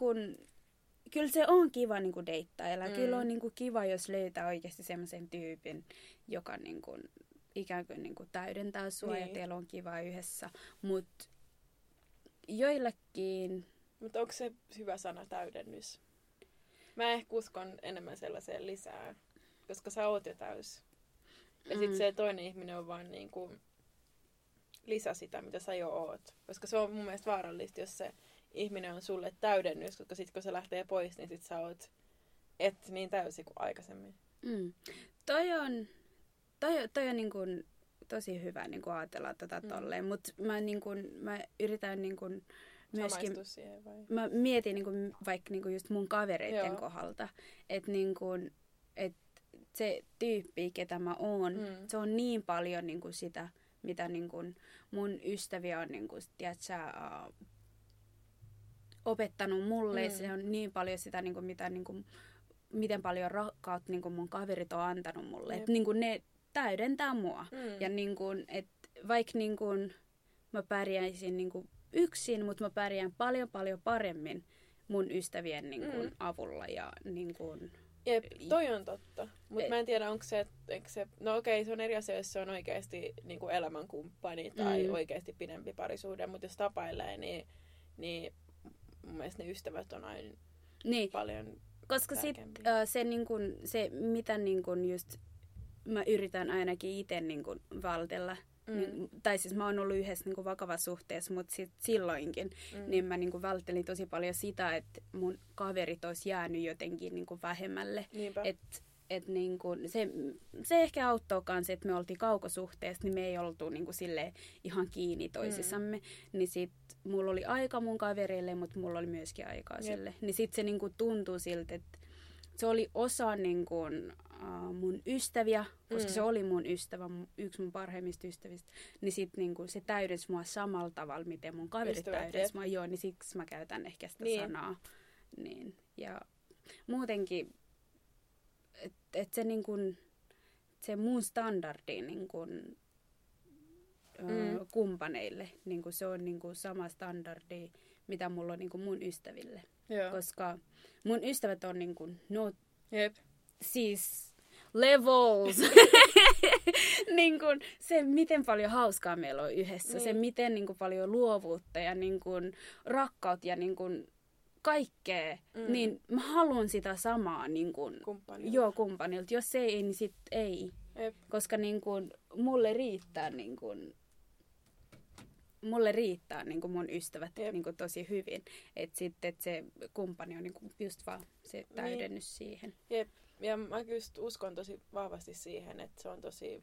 kyllä se on kiva niinku deittailla. Kyllä on niinku kiva, jos löytää oikeasti semmoisen tyypin, joka niinku, ikään kuin niinku täydentää sua ja teillä on kiva yhdessä. Mutta joillekin... Mutta onko se hyvä sana täydennys? Mä ehkä uskon enemmän sellaiseen lisää, koska sä oot jo täys. Ja sit se toinen ihminen on vaan niinku lisä sitä, mitä sä jo oot. Koska se on mun mielestä vaarallista, jos se ihminen on sulle täydennys, koska sit kun se lähtee pois, niin sit sä oot niin täysi kuin aikaisemmin. Toi on niin kuin tosi hyvä niin kuin ajatella tolleen, mutta mä yritän niin kuin myöskin... siihen vai? Mä mietin niin kuin, vaikka niin kuin just mun kavereiden kohdalta, että niin kuin, se tyyppi, ketä mä oon, se on niin paljon niin kuin sitä, mitä niin kuin mun ystäviä on niin kuin, tiedätkö, opettanut mulle. Se on niin paljon sitä, niin kuin, mitä, niin kuin, miten paljon rakkautta niin kuin mun kaverit on antanut mulle. Että niin kuin ne täydentää mua. Ja niin kuin, että vaikka niin kuin, mä pärjäisin niin kuin yksin, mutta mä pärjään paljon paremmin mun ystävien niin kuin, avulla. Ja, niin kuin, jep, toi on totta. Mutta mä en tiedä, onko se... No okei, se on eri asia, jos se on oikeasti niin kuin elämänkumppani tai oikeasti pidempi parisuhde. Mutta jos tapailee, niin mun mielestä ne ystävät on aina paljon koska sitten se, mitä niin kun just mä yritän ainakin itse niin kun vältellä, tai siis mä oon ollut yhdessä niin kun vakavassa suhteessa, mutta silloinkin, niin mä niin kun välttelin tosi paljon sitä, että mun kaverit olisi jäänyt jotenkin niin kun vähemmälle. niinku, se ehkä auttoi kanssa, että me oltiin kaukosuhteessa, niin me ei oltu niinku silleen ihan kiinni toisissamme. Niin sit mulla oli aika mun kaverille, mutta mulla oli myöskin aikaa sille. Niin sit se niinku tuntui siltä, että se oli osa niinku, mun ystäviä, koska se oli mun ystävä, yksi mun parhaimmista ystävistä. Niin sit niinku, se täydensi mua samalla tavalla, miten mun kaverit täydensi mua. Joo, niin siksi mä käytän ehkä sitä sanaa. Niin. Ja muutenkin, että se, niinku, se mun standardi niinku, kumppaneille, niinku, se on niinku, sama standardi, mitä mulla on niinku, mun ystäville. Joo. Koska mun ystävät on niinku, Jep. siis levels. Niinku, se, miten paljon hauskaa meillä on yhdessä. Se, miten niinku, paljon luovuutta ja niinku, rakkautta ja niinku, kaikkea. Niin mä haluan sitä samaa niinku, kumppanilta. Jos se ei, niin sit ei. Jep. Koska niinku, mulle riittää niinku, mun ystävät niinku, tosi hyvin. Että sitten et se kumppani on niinku, just vaan se täydennys siihen. Jep. Ja mä just uskon tosi vahvasti siihen, että se on tosi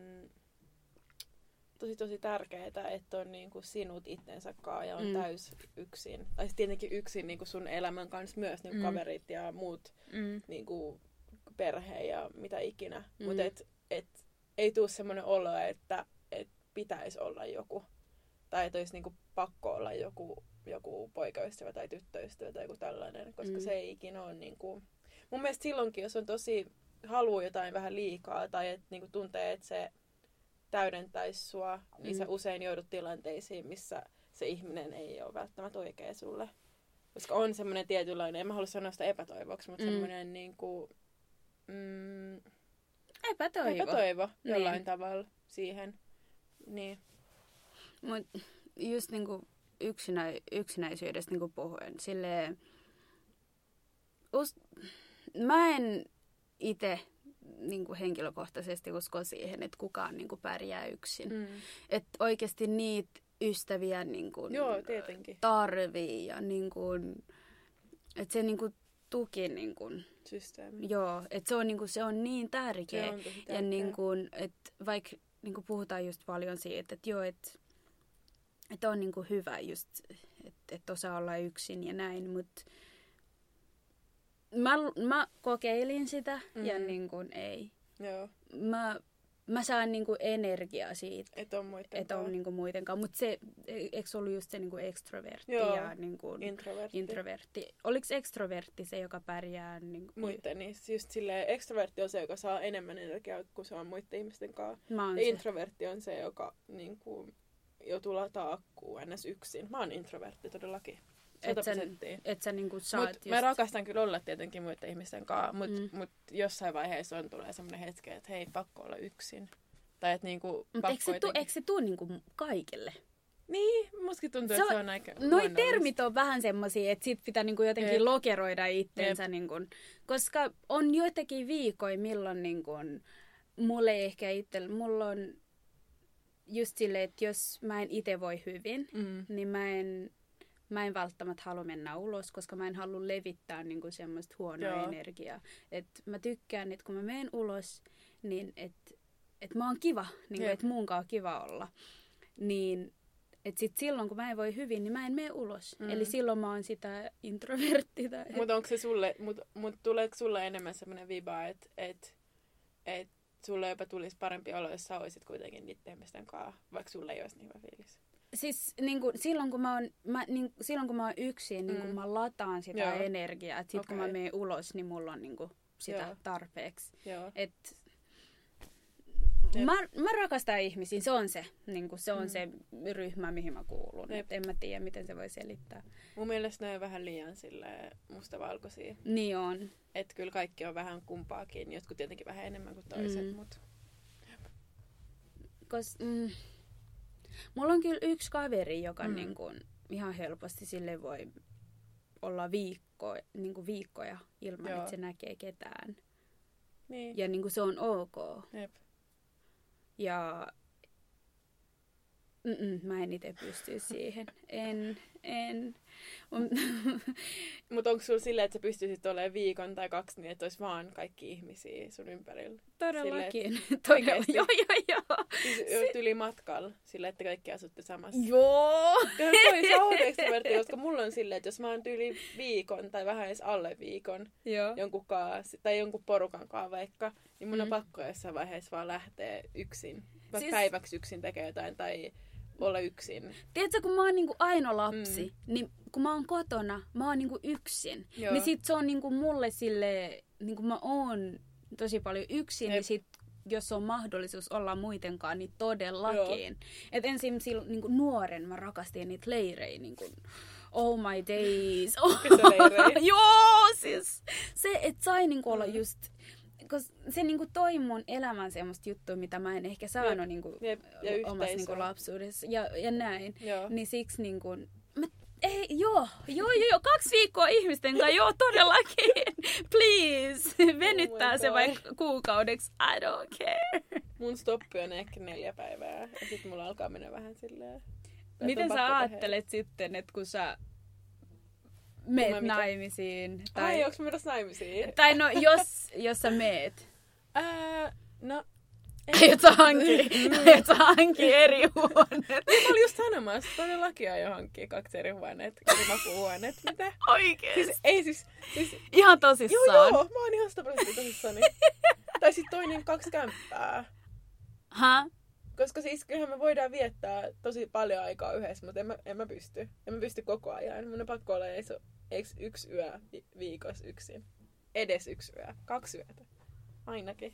tärkeää, että on niinku sinut itsensä kanssa ja on täys yksin. Tai tietenkin yksin niinku sun elämän kanssa myös niinku kaverit ja muut niinku perhe ja mitä ikinä. Mutta et ei tule semmoinen olo, että pitäisi olla joku. Tai että olisi niinku pakko olla joku poikaystävä tai tyttöystävä tai joku tällainen. Koska se ei ikinä ole niinku... Mun mielestä silloinkin, jos on tosi haluaa jotain vähän liikaa tai että niinku tuntee, että se täydentäisi sua, niin sä usein joudut tilanteisiin, missä se ihminen ei ole välttämättä oikea sulle. Koska on semmoinen tietynlainen, en mä halua sanoa sitä epätoivoksi, mutta semmoinen niinku... Epätoivo jollain tavalla siihen. Niin. Mut just niinku yksinäisyydestä niinku puhuen, silleen... Mä en itse niinku henkilökohtaisesti usko siihen, että kukaan niinku pärjää yksin. Että oikeasti niitä ystäviä niinku tarvii ja niinku, että se niinku tuki niinku, systeemi. Joo, että se on niin tärkeä. Se on tosi tärkeä. Ja niinku, että vaikka niinku puhutaan just paljon siitä, että joo, että on niinku hyvä just, että osaa olla yksin ja näin, mutta Mä kokeilin sitä ja niin kuin ei. Joo. Mä saan niin kuin energiaa siitä, että on niin kuin muidenkaan. Mutta se, eikö se ollut just se niin kuin ekstrovertti ja niin kuin introvertti? Oliko ekstrovertti se, joka pärjää niin kuin muiden? Niin just silleen, ekstrovertti on se, joka saa enemmän energiaa, kun se on muiden ihmisten kanssa. Ja introvertti on se, joka niin kuin, joutuu lataa akkuu ennäs yksin. Mä oon introvertti todellakin. 100%. Et sä niinku saat just... Mä rakastan kyllä olla tietenkin muiden ihmisten kanssa, mut jossain vaiheessa tulee semmoinen hetki, että hei, pakko olla yksin. Tai että niinku pakko eikö se tuu niinku kaikille? Niin, mustakin tuntuu, että se on aika Noi termit on vähän semmosia, että sit pitää niinku jotenkin lokeroida itsensä. Niinku, koska on joitakin viikoja, milloin niinku, mulla ei ehkä mulla on just silleen, että jos mä en itse voi hyvin, niin mä en välttämättä halua mennä ulos, koska mä en halua levittää niinku semmoista huonoa energiaa. Et mä tykkään, että kun mä menen ulos, niin että mä oon kiva, niinku, että munkaan on kiva olla. Niin, että sit silloin, kun mä en voi hyvin, niin mä en mene ulos. Eli silloin mä oon sitä introverttia. Mutta onko se sulle, tuleeko sulle enemmän semmoinen viba, että sulle jopa tulisi parempi olo, jos sä olisit kuitenkin niiden ihmisten kanssa, vaikka sulle ei olisi niin hyvä fiilis? Siis niinku, silloin kun mä oon yksin, niin mä lataan sitä energiaa. Et sit kun mä menen ulos, niin mulla on niinku sitä tarpeeksi. Mä rakastan ihmisiä, se on se. Niinku, se on se ryhmä, mihin mä kuulun. En mä tiedä, miten se voi selittää. Mun mielestä ne on vähän liian mustavalkoisia. Niin on. Että kyllä kaikki on vähän kumpaakin. Jotkut tietenkin vähän enemmän kuin toiset. Mulla on kyllä yksi kaveri, joka niinku, ihan helposti sille voi olla viikkoja ilman, että se näkee ketään. Niin. Ja niinku, se on ok. Jep. Ja mä en itse pysty siihen. en. Mutta onko sulla silleen, että sä pystyisit olemaan viikon tai 2 niin, että olisi vaan kaikki ihmisiä sun ympärillä? Todellakin. Oikeesti? Joo. Siis yli matkalla, silleen, että kaikki asutte samassa. Joo. Se on ekstrovertti, koska mulla on silleen, että jos mä oon tyyli viikon tai vähän edes alle viikon jonkun kanssa, tai jonkun porukan kanssa vaikka, niin mun on pakko jossain vaiheessa vaan lähteä yksin. Vaikka päiväksi yksin tekee jotain tai olla yksin. Tiedätkö, kun mä oon niinku ainoa lapsi, niin kun mä oon kotona, mä oon niinku yksin. Joo. Niin sit se on niinku mulle silleen, niinku mä oon tosi paljon yksin, niin sit jos on mahdollisuus olla muitenkaan, niin todellakin. Et ensin silloin niinku nuoren mä rakastin niitä leirejä, niinku oh my days. Joo, siis se, että sai niinku olla just, koska se niinku toi mun elämän semmoista juttua, mitä mä en ehkä saanut niinku omassa niinku lapsuudessa ja näin. Joo. Niin siksi niinku, Joo, 2 viikkoa ihmisten kanssa, joo todellakin. Please, venyttää se vaikka kuukaudeksi, I don't care. Mun stoppi on ehkä 4 päivää ja sit mulla alkaa mennä vähän silleen. Miten sä ajattelet sitten, että kun sä meet naimisiin? Tai onks mä menossa naimisiin? Tai no, jos sä meet. No... Aiot sä hankkia eri huoneet? Mä olin just sanomassa, todellakin aion hankkia 2 eri huoneet, 2 makuuhuoneet, mitä? Oikeesti? Siis ihan tosissaan? Joo, mä oon ihan 100% tosissani. Tai sit toinen 2 kämppää. Koska siis kyllähän me voidaan viettää tosi paljon aikaa yhdessä, mutta en mä pysty. En mä pysty koko ajan. Mun on pakko olla eikö 1 yö viikossa yksin. Edes 1 yö. 2 yötä. Ainakin.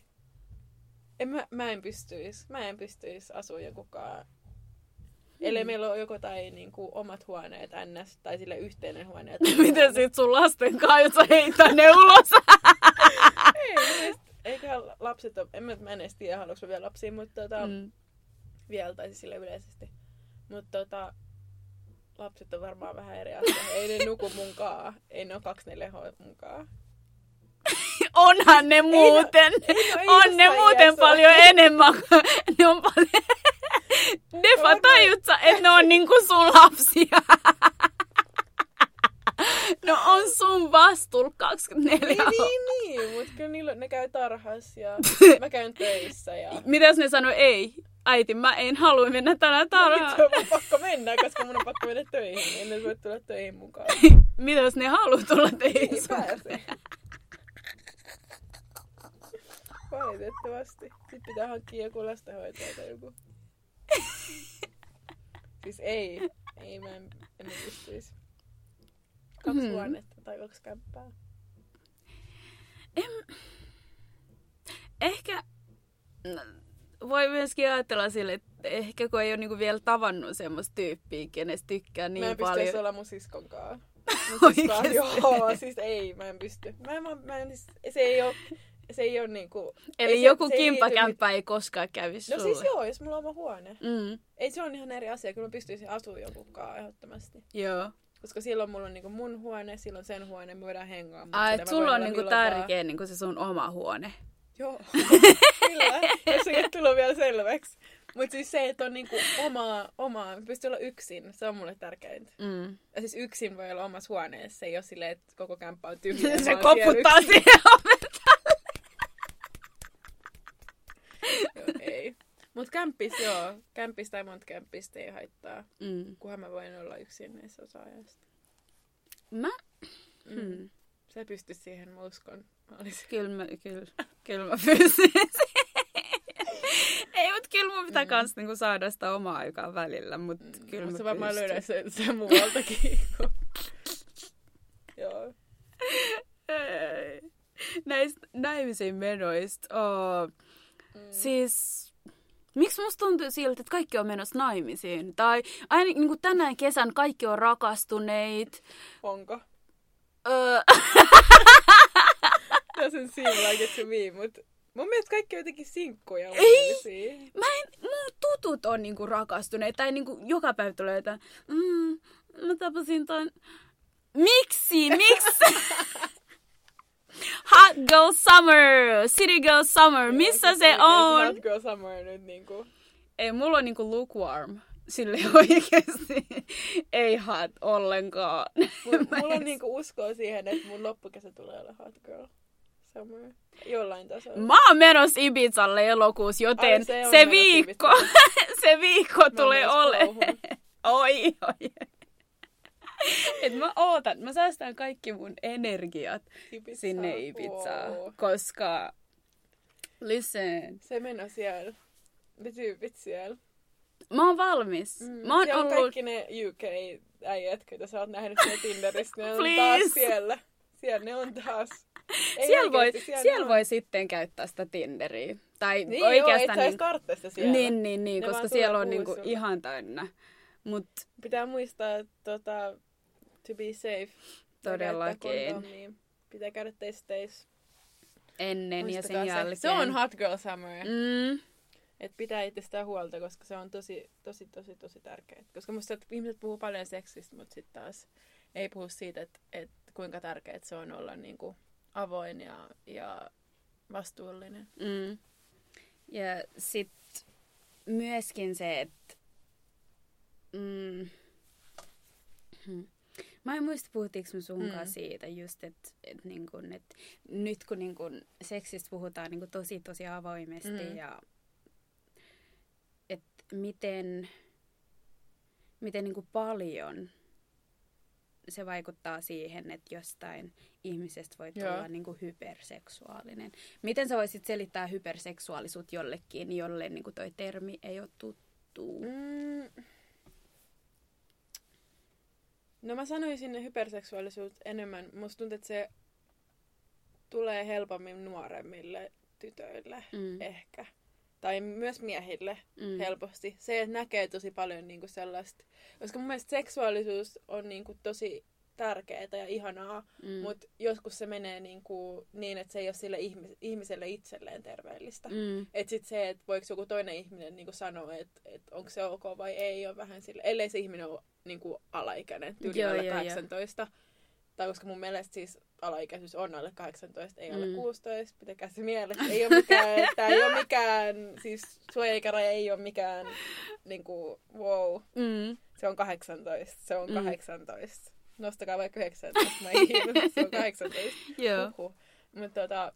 Mä en pystyisi asua jonkunkaan. Ellei meillä ole joko tai niinku omat huoneet ns. Tai sille yhteinen huone. Miten sit sun lasten kanssa, jos sä heität ne ulos? Ei, eiköhän lapset ole, mä en edes tiedä, haluanko vielä lapsia, mutta vielä, tai siis sille yleisesti. Mutta lapset on varmaan vähän eri asia. Ei ne nuku munkaan. Ei ne ole 24H munkaan. Onhan ne muuten. On ne muuten paljon enemmän. Ne on paljon. Defa, tajut sä, että ne on niinku sun lapsia. No on sun vastuulla 24. Niin, mutta kyllä ne käy tarhassa ja mä käyn töissä. Ja... Mitäs ne sanoi ei? Äiti, mä en halua mennä tänään tarhaan. Nyt on pakko mennä, koska mun on pakko mennä töihin. En nyt voi tulla töihin mukaan. Mitäs ne haluaa tulla töihin? Ei pääse. Valitettavasti. Sitten pitää hankkia joku lastenhoitaja tai joku. Siis ei mä en pystyisi. 2 huonetta tai 2 kämppää. Ehkä voi myöskin ajatella sille, että ehkä kun ei ole niinku vielä tavannut semmoista tyyppiä, kenestä tykkää niin paljon. Mä en pystyisi olla mun siskon kanssa. Joo, siis ei, mä en pysty. Se ei ole niinku... Eli joku kimppakämppä ei koskaan kävisi sulle. No siis joo, jos mulla on oma huone. Ei se on ihan eri asia, kyllä mä pystyisin asumaan jonkunkaan ehdottomasti. Joo. Koska silloin mulla on niinku mun huone, silloin sen huone, me voidaan hengaa. Ai, sulla on niinku tärkeä niinku se sun oma huone. Joo, kyllä. Jos ei tullut vielä selväksi. Mutta siis se, että on niinku omaa, pystyy olla yksin, se on mulle tärkeintä. Ja siis yksin voi olla omassa huoneessa, se ei ole silleen, että koko kämppä on tyhjä. Se koputtaa siihen oven. Joo, ei. Mut kämppis tai monta kämppistä ei haittaa. Kunhan mä voin olla yksin näissä osa-ajasta. Sä pystyt siihen, mä uskon. Kyllä mä pystyn. Ei, mutta kyllä mun pitää kans niinku saada sitä omaa aikaa välillä, mutta kyllä mä pystyn. Varmaan löydä se muualtakin. Joo. Näistä naimisiin menoista. Siis, miksi musta tuntuu siltä, että kaikki on menossa naimisiin? Tai aina niin tänään kesän kaikki on rakastuneet. Onko? Doesn't seem like it to me, mutta mun mielestä kaikki on jotenkin sinkkuja. Ei! Mun tutut on niinku rakastuneet. Tai niinku joka päivä tulee jotain. Mä tapasin ton... Miksi? Hot Girl Summer! City Girl Summer! Missä se on? Hot Girl Summer nyt niinku... Ei, mulla on niinku lukewarm. sille oikeasti ei hot ollenkaan. Mulla on niinku uskoa siihen, että mun loppukesä tulee olla hot girl summer. Jollain tasolla. Mä oon menossa Ibizalle elokuussa, joten se viikko tulee olemaan. Oi. Et mä ootan, mä säästän kaikki mun energiat sinne Ibizaan, koska listen. Se meno siellä. Ne tyypit siellä. Mä oon valmis. Mä oon ollut... kaikki ne UK-äijät, joita sä oot nähnyt siellä Tinderissä, ne on taas siellä. Siellä ne on taas. Siellä voi sitten käyttää sitä Tinderiä. Tai niin oikeastaan joo, et sä siellä. Niin, koska siellä on niinku ihan täynnä. Mut pitää muistaa, että to be safe. Todellakin. Pitää käydä testeissä. Ennen ja sen jälkeen. Se on hot girl summer. Et pitää itsestään huolta, koska se on tosi tärkeää. Koska musta ihmiset puhuu paljon seksistä, mutta sitten taas ei puhu siitä, että kuinka tärkeää se on olla niinku avoin ja vastuullinen. Ja sitten myöskin se, että mä en muista, puhuttiinko me sunkaan siitä just, että nyt kun niinku seksistä puhutaan niinku tosi avoimesti ja että miten niinku paljon se vaikuttaa siihen, että jostain ihmisestä voi tulla niinku hyperseksuaalinen. Miten sä voisit selittää hyperseksuaalisuutta jollekin, jolle niinku toi termi ei ole tuttu? No mä sanoisin hyperseksuaalisuus enemmän. Musta tuntuu, että se tulee helpommin nuoremmille tytöille ehkä. Tai myös miehille helposti. Se, että näkee tosi paljon niinku sellaista. Koska mun mielestä seksuaalisuus on niinku tosi tärkeää ja ihanaa, mutta joskus se menee niinku niin, että se ei ole sille ihmiselle itselleen terveellistä. Että sitten se, että voiko joku toinen ihminen niinku sanoa, että onko se ok vai ei, on vähän sille, ellei se ihminen ole niinku alaikäinen, tyyli alle 18. Tai koska mun mielestä siis alaikäisyys on alle 18, ei alle 16, pitäkää se mielessä. Ei ole mikään, tää ei ole mikään, siis suoja-ikäraja ei ole mikään, niinku, wow. Se on 18, se on 18. Nostakaa vaikka 19, mä ei se on 18. Mutta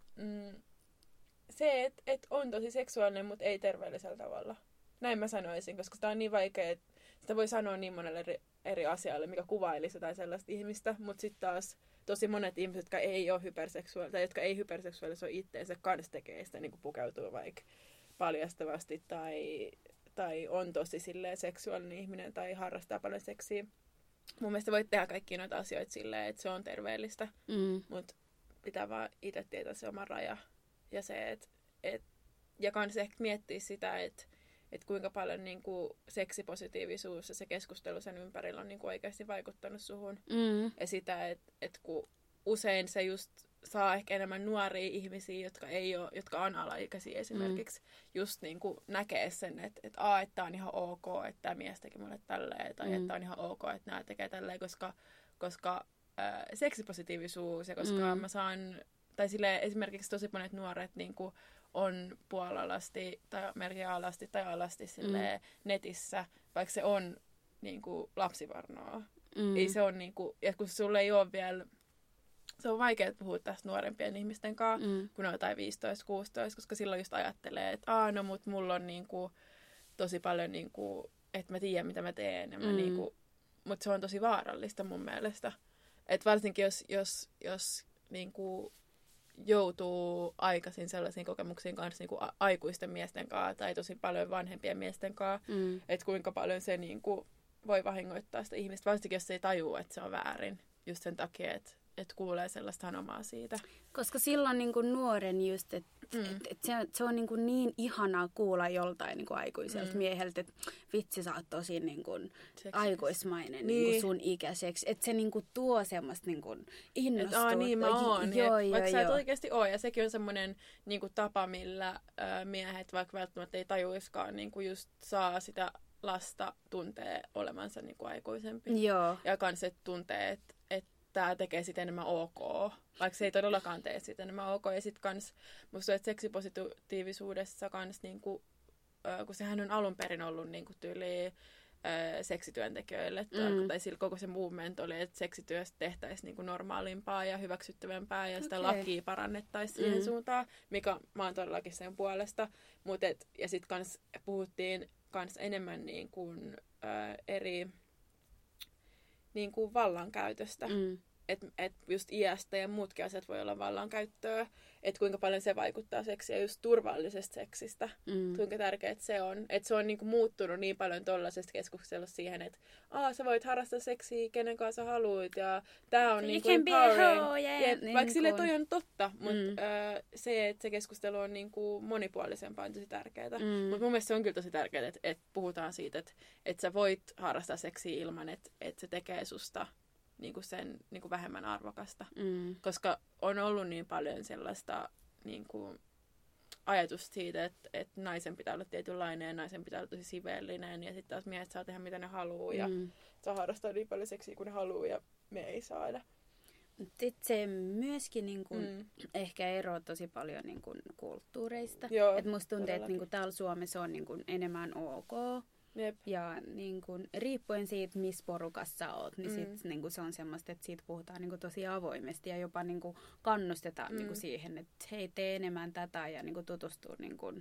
se, että on tosi seksuaalinen, mutta ei terveellisellä tavalla. Näin mä sanoisin, koska sitä on niin vaikea, että sitä voi sanoa niin monelle eri asialle, mikä kuvailisi jotain sellaista ihmistä, mutta sitten taas tosi monet ihmiset, jotka ei ole hyperseksuaalisia, tai jotka ei hyperseksuaalisoi itteensä, kans tekee sitä, niin pukeutuu vaikka paljastavasti tai on tosi silleen seksuaalinen ihminen tai harrastaa paljon seksiä. Mun mielestä voit tehdä kaikkia noita asioita silleen, että se on terveellistä, mutta pitää vaan itse tietää se oma raja. Ja se, että ja kans ehkä miettiä sitä, että kuinka paljon niinku seksipositiivisuus ja se keskustelu sen ympärillä on niinku oikeasti vaikuttanut suhun. Ja sitä, että kun usein se just saa ehkä enemmän nuoria ihmisiä, jotka on alaikäisiä esimerkiksi, just niinku näkee sen, että tää on ihan ok, että tämä mies teki mulle tälleen, tai että on ihan ok, että nämä tekee tälleen, koska seksipositiivisuus ja koska mä saan, tai silleen esimerkiksi tosi monet nuoret niinku on puolalasti tai melkein alasti tai alasti netissä, vaikka se on niinku lapsivarnoa. Ei se on niinku, ja kun sulle ei ole vielä, se on vaikea puhua tästä nuorempien ihmisten kanssa, kun on jotain 15-16, koska silloin just ajattelee, että no mut mulla on niinku tosi paljon niinku, että mä tiedän mitä mä teen, ja niinku, mutta se on tosi vaarallista mun mielestä. Et varsinkin jos niinku joutuu aikaisin sellaisiin kokemuksiin kanssa niin kuin aikuisten miesten kanssa tai tosi paljon vanhempien miesten kanssa, että kuinka paljon se niin kuin voi vahingoittaa sitä ihmistä, varsinkin jos se ei tajua, että se on väärin, just sen takia, että kuulee sellaista sanomaa siitä. Koska silloin niin kuin nuoren just, että se on niin ihanaa kuulla joltain niin kuin aikuiselta mieheltä, että vitsi sä oot tosi niin kuin aikuismainen niin kuin sun ikäiseksi. Että se niin kuin tuo semmoista niin kuin innostusta. Niin mä oon. Vaikka sä et oikeasti oo. Ja sekin on semmoinen niin kuin tapa, millä miehet vaikka välttämättä ei tajuiskaan niin kuin just saa sitä lasta tuntee olemansa niin kuin aikuisempi. Joo. Ja kans et tuntee, että tämä tekee sitä enemmän ok, vaikka se ei todellakaan tee sitä enemmän ok. Ja sitten kans, musta että seksipositiivisuudessa kans, niinku, kun sehän on alun perin ollut niinku tyyli seksityöntekijöille. Tai sillä koko se movement oli, että seksityöstä tehtäisiin niinku normaalimpaa ja hyväksyttävämpää ja sitä lakia parannettaisiin siihen suuntaan, mikä mä oon todellakin sen puolesta. Ja sitten kans puhuttiin kans enemmän niinku, eri niinku vallankäytöstä. Et just iästä ja muutkin asiat voi olla vallankäyttöä, että kuinka paljon se vaikuttaa seksiä, just turvallisesta seksistä, kuinka tärkeää se on. Että se on niinku muuttunut niin paljon tollaisesta keskustelusta siihen, että sä voit harrastaa seksiä kenen kanssa haluat ja tää on niinku empowering. Niin vaikka sille toi on totta, mutta se, että se keskustelu on niinku monipuolisempaa on tosi tärkeää. Mutta mun mielestä se on kyllä tosi tärkeää, että puhutaan siitä, että sä voit harrastaa seksiä ilman, että se tekee susta niinku sen niinku vähemmän arvokasta. Koska on ollut niin paljon sellaista niinku ajatusta siitä, että naisen pitää olla tietynlainen ja naisen pitää olla tosi siveellinen ja sitten taas miehet saa tehdä mitä ne haluaa ja saa harrastaa niin paljon seksiä kuin ne haluaa ja me ei saada. Sitten se myöskin niinku, ehkä eroaa tosi paljon niinku, kulttuureista. Joo, et musta tuntuu, että niinku, täällä Suomessa on niinku, enemmän ok. Jep. Ja niin kun, riippuen siitä, missä porukassa oot, niin sit, niin kun se on semmoista, että siitä puhutaan niin kun, tosi avoimesti ja jopa niin kun, kannustetaan niin kun, siihen, että hei, tee enemmän tätä ja niin kun, tutustuu. Niin kun.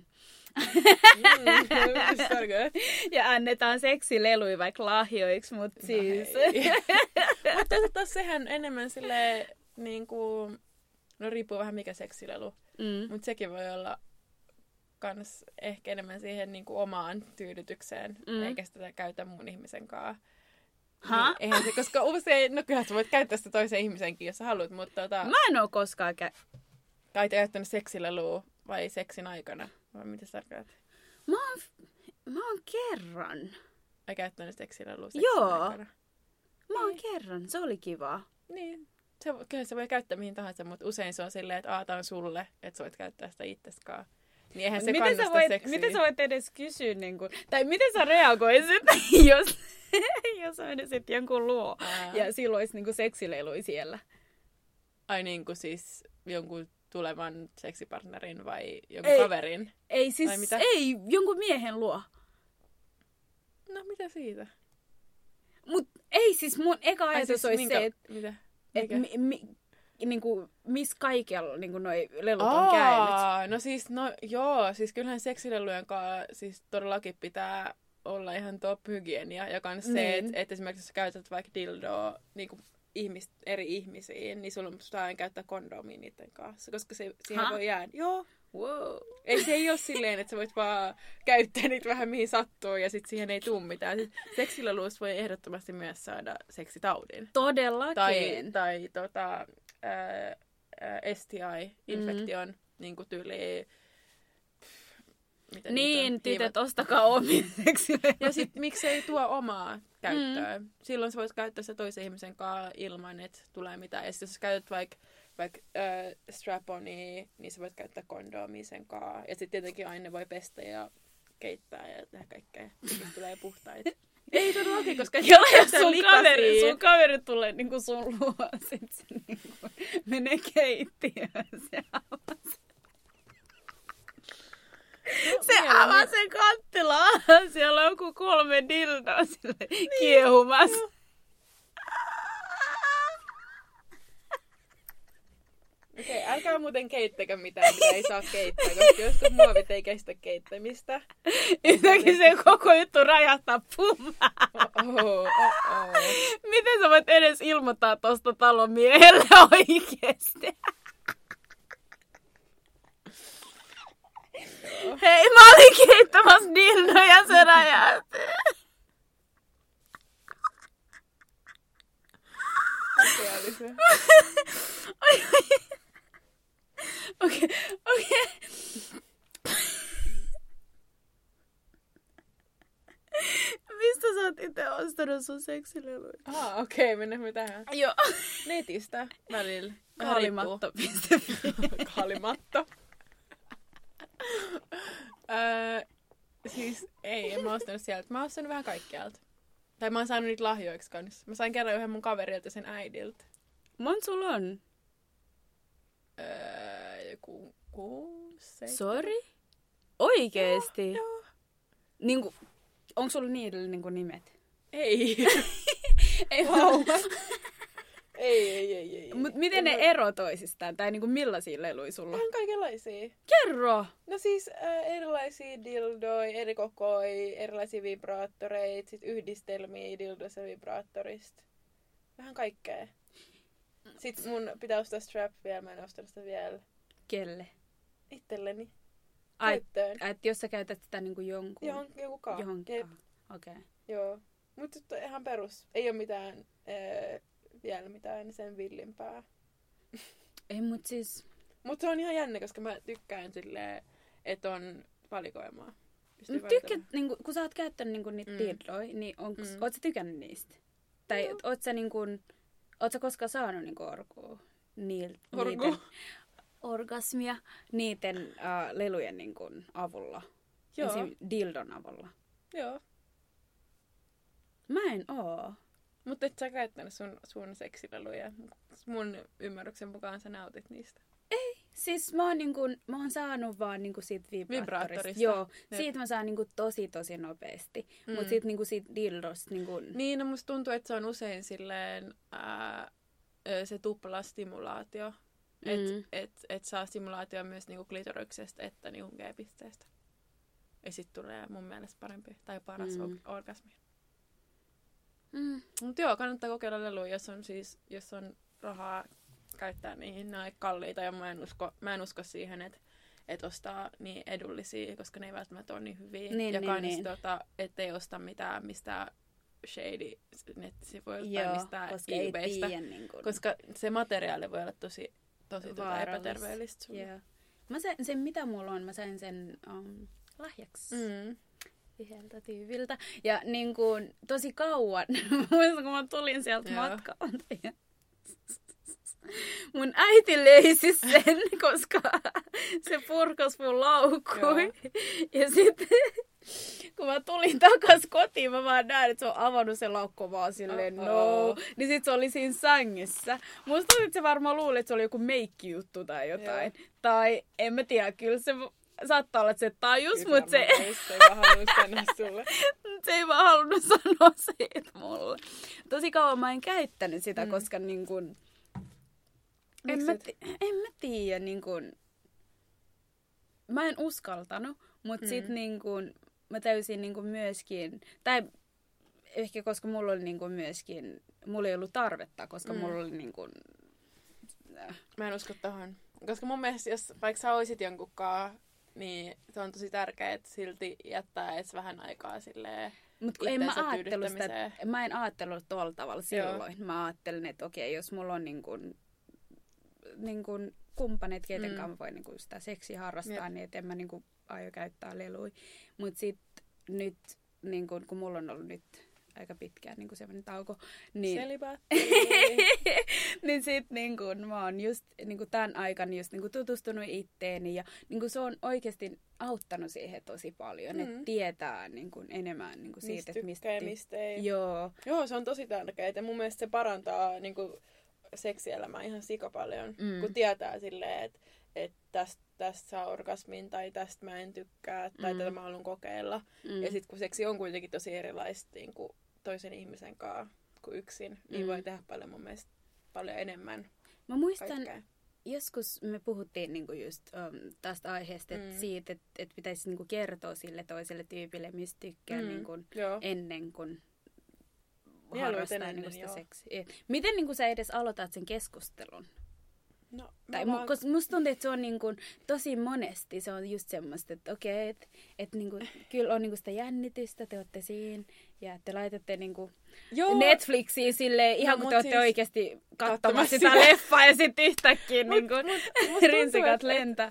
Ja annetaan seksileluja vaikka lahjoiksi, mutta siis... Mutta taas sehän enemmän silleen, niin kuin, no riippuu vähän mikä seksilelu, mutta sekin voi olla kans ehkä enemmän siihen niin kuin omaan tyydytykseen, eikä sitä käytä muun ihmisen kanssa. Niin, eihän se, koska usein, no kyllä sä voit käyttää sitä toisen ihmisenkin, jos sä haluat, mutta mä en oo koskaan käyttänyt seksilelua vai seksin aikana, vai mitä sä tarkoitat? Mä oon kerran. Ai käyttänyt seksilelua seksin aikana? Mä oon kerran, se oli kiva. Niin. Kyllä se voi käyttää mihin tahansa, mutta usein se on silleen, että tää on sulle, että sä voit käyttää sitä itseskaan. Niin eihän se kannusta seksiä. Miten sä voit edes kysyä, niin kun, tai miten sä reagoisit, jos sä menisit jonkun luo ja silloin olisi niin seksileilui siellä? Ai niin kuin siis jonkun tulevan seksipartnerin vai jonkun kaverin? Ei siis, ei, jonkun miehen luo. No mitä siitä? Mut ei siis mun eka ajatus siis olisi se, että... Mitä? Niinku, missä kaikilla niinku, noi lelut on käynyt. No siis kyllähän seksilelujen kanssa siis todellakin pitää olla ihan top hygienia. Ja kans se, että esimerkiksi jos sä käytät vaikka dildoa niinku eri ihmisiin, niin sulla saa käyttää kondomia niiden kanssa, koska siihen voi jäädä. Joo. Wow. Se ei ole silleen, että sä voit vaan käyttää niitä vähän mihin sattuu ja sit siihen ei tule mitään. Seksileluista voi ehdottomasti myös saada seksitaudin. Todellakin. Tai STI-infektion, niin kuin tyyli... Niin, tytöt, ostakaa omia seksileluja. Ja sit miksei tuo omaa käyttöön. Silloin sä voit käyttää sitä toisen ihmisen kanssa ilman, että tulee mitään. Ja sit jos sä käytät vaikka strap-onia, niin sä voit käyttää kondomia sen kanssa. Ja sitten tietenkin aina voi pestä ja keittää ja tehdä kaikkea, jos tulee puhtaita. Ei todellakin, koska jos sun kaveri tulee niinku sun luo, sit se niinku menee keittiöön se avasi. Se avaa sen kattilaan. Siellä on joku 3 dildoa sille kiehumassa. Okei, älkää muuten keittäkö mitään, mitä ei saa keittää, koska joskus muovit ei kestä keittämistä. Yhtäkkiä se koko juttu räjähtää pum. Miten sä voit edes ilmoittaa tosta talon miehelle oikeesti? Hei, mä olin keittämässä dildo ja se räjähti. Okei. Mistä sä oot itse ostanut sun seksileluja? Okei, mennään tähän. Joo. Netistä välillä. Kaalimatto.fi. Kaalimatto. Siis en mä ostanut sieltä. Mä oon ostanut vähän kaikkialta. Tai mä oon saanut niitä lahjoiksi kanssa. Mä sain kerran yhden mun kaverilta sen äidiltä. Mon sulla on? Joku 6, 7. Sori? Oikeesti? Joo. Niinku, onko sulla niille niinku nimet? Ei. Ei wow. Ei. Mut miten ne ero toisistaan? Tai niinku millaisia leluja sulla? Vähän kaikenlaisia. Kerro! No siis erilaisia dildoja, eri kokoja, erilaisia vibraattoreita, sit yhdistelmiä dildosta ja vibraattorista. Vähän kaikkea. Sitten mun pitää ostaa strap vielä, mä en ostanut sitä vielä. Kelle? Itselleni. Ai, jos sä käytät sitä niinku jonkun... Johonkaan. Okei. Okay. Joo. Mutta ihan perus. Ei oo mitään... vielä mitään sen villimpää. Ei, mut siis... Mut se on ihan jännä, koska mä tykkään silleen, että on valikoimaa. Tykkät, niinku, kun sä oot käyttänyt niinku niitä dildoja, niin oot sä tykännyt niistä? Tai oot sä koskaan saanut niinku niiden orgasmia niiden lelujen niinku avulla? Joo. Esim. Dildon avulla? Joo. Mä en oo. Mutta et sä käyttänyt sun seksileluja. Mun ymmärryksen mukaan sä nautit niistä. Ei. Siis mä oon saanut vaan niinku siitä vibraattorista. Joo. Siitä mä saan niinku tosi nopeasti. Mut sit niinku siitä dildosta niinku... Niin, no musta tuntuu, että se on usein silleen se tuplastimulaatio. Et saa stimulaatio myös niinku klitoriksesta että niinku G-pisteestä. Ja sit tulee mun mielestä parempi tai paras orgasmi. Mutta joo, kannattaa kokeilla leluja, jos on rahaa käyttää niihin. Ne on kalliita ja mä en usko siihen, että ostaa niin edullisia, koska ne ei välttämättä ole niin hyviä. Ettei osta mitään mistään shady nettisivuilta tai mistään eBaystä. Koska se materiaali voi olla tosi epäterveellistä sulle. Yeah. Sen mitä mulla on, mä sain sen lahjaksi. Yhdeltä tyyviltä. Ja niin kuin tosi kauan, muistan kun mä tulin sieltä matkalta. Mun äiti löysi sen, koska se purkas mun laukkuun. Ja sitten kun mä tulin takas kotiin, mä vaan näin, että se on avannut sen laukku vaan silleen no. Niin sit se oli siinä sängyssä. Musta tuntuu, että se varmaan luuli, että se oli joku meikkijuttu tai jotain. Tai en mä tiedä, kyllä se... Saattaa olla, että se tajus, mutta se... Se ei vaan halunnut sanoa sulle. Se ei vaan halunnut sanoa siitä mulle. Tosi kauan mä en käyttänyt sitä, koska niin kun... En mä tiedä, niin kun... Mä en uskaltanut, mutta sit niin kun... Mä täysin niin kun myöskin... Tai ehkä koska mulla oli niin kun myöskin... Mulla ei ollut tarvetta, koska mulla oli niin kun... Mä en usko tohon. Koska mun mielestä, jos vaikka sä oisit jonkunkaan... Niin se on tosi tärkeää, että silti jättää edes vähän aikaa silleen mä en ajatellut tuolla tavalla silloin. Mä ajattelin, että okei, jos mulla on niin kuin kumppanit, keten kanssa mä voin niin kuin sitä seksiä harrastaa, niin että en mä niin kuin aio käyttää leluja. Mutta sitten nyt, niin kuin, kun mulla on ollut nyt aika pitkään niin kuin semmoinen tauko, niin... niin sit niin kun mä oon just niin kun tämän aikana just niin kun tutustunut itteeni ja niin kun se on oikeasti auttanut siihen tosi paljon, että tietää niin kun enemmän niin kun siitä, että mistä ei. Joo, se on tosi tärkeää ja mun mielestä se parantaa niin kun seksielämää ihan sikapaljon, kun tietää silleen, että tästä saa orgasmin tai tästä mä en tykkää tai tätä mä haluan kokeilla. Ja sit kun seksi on kuitenkin tosi erilaista niin kuin toisen ihmisen kanssa kuin yksin, niin voi tehdä paljon mun mielestä paljon enemmän. Mä muistan, joskus me puhuttiin niinku just tästä aiheesta, että siitä, että pitäisi niinku kertoa sille toiselle tyypille, mistä tykkää niinku ennen kuin harrastaa niinku sitä seksiä. Miten niinku sä edes aloitat sen keskustelun? No, koska musta tuntuu, että se on niinku, tosi monesti se on just semmoista, että okei, että niinku, kyllä on niinku sitä jännitystä, te olette siinä ja te laitatte niinku Netflixiin silleen, ihan kun te olette oikeasti katsomassa sitä leffaa ja sitten yhtäkkiä niinku, rinsikat lentää.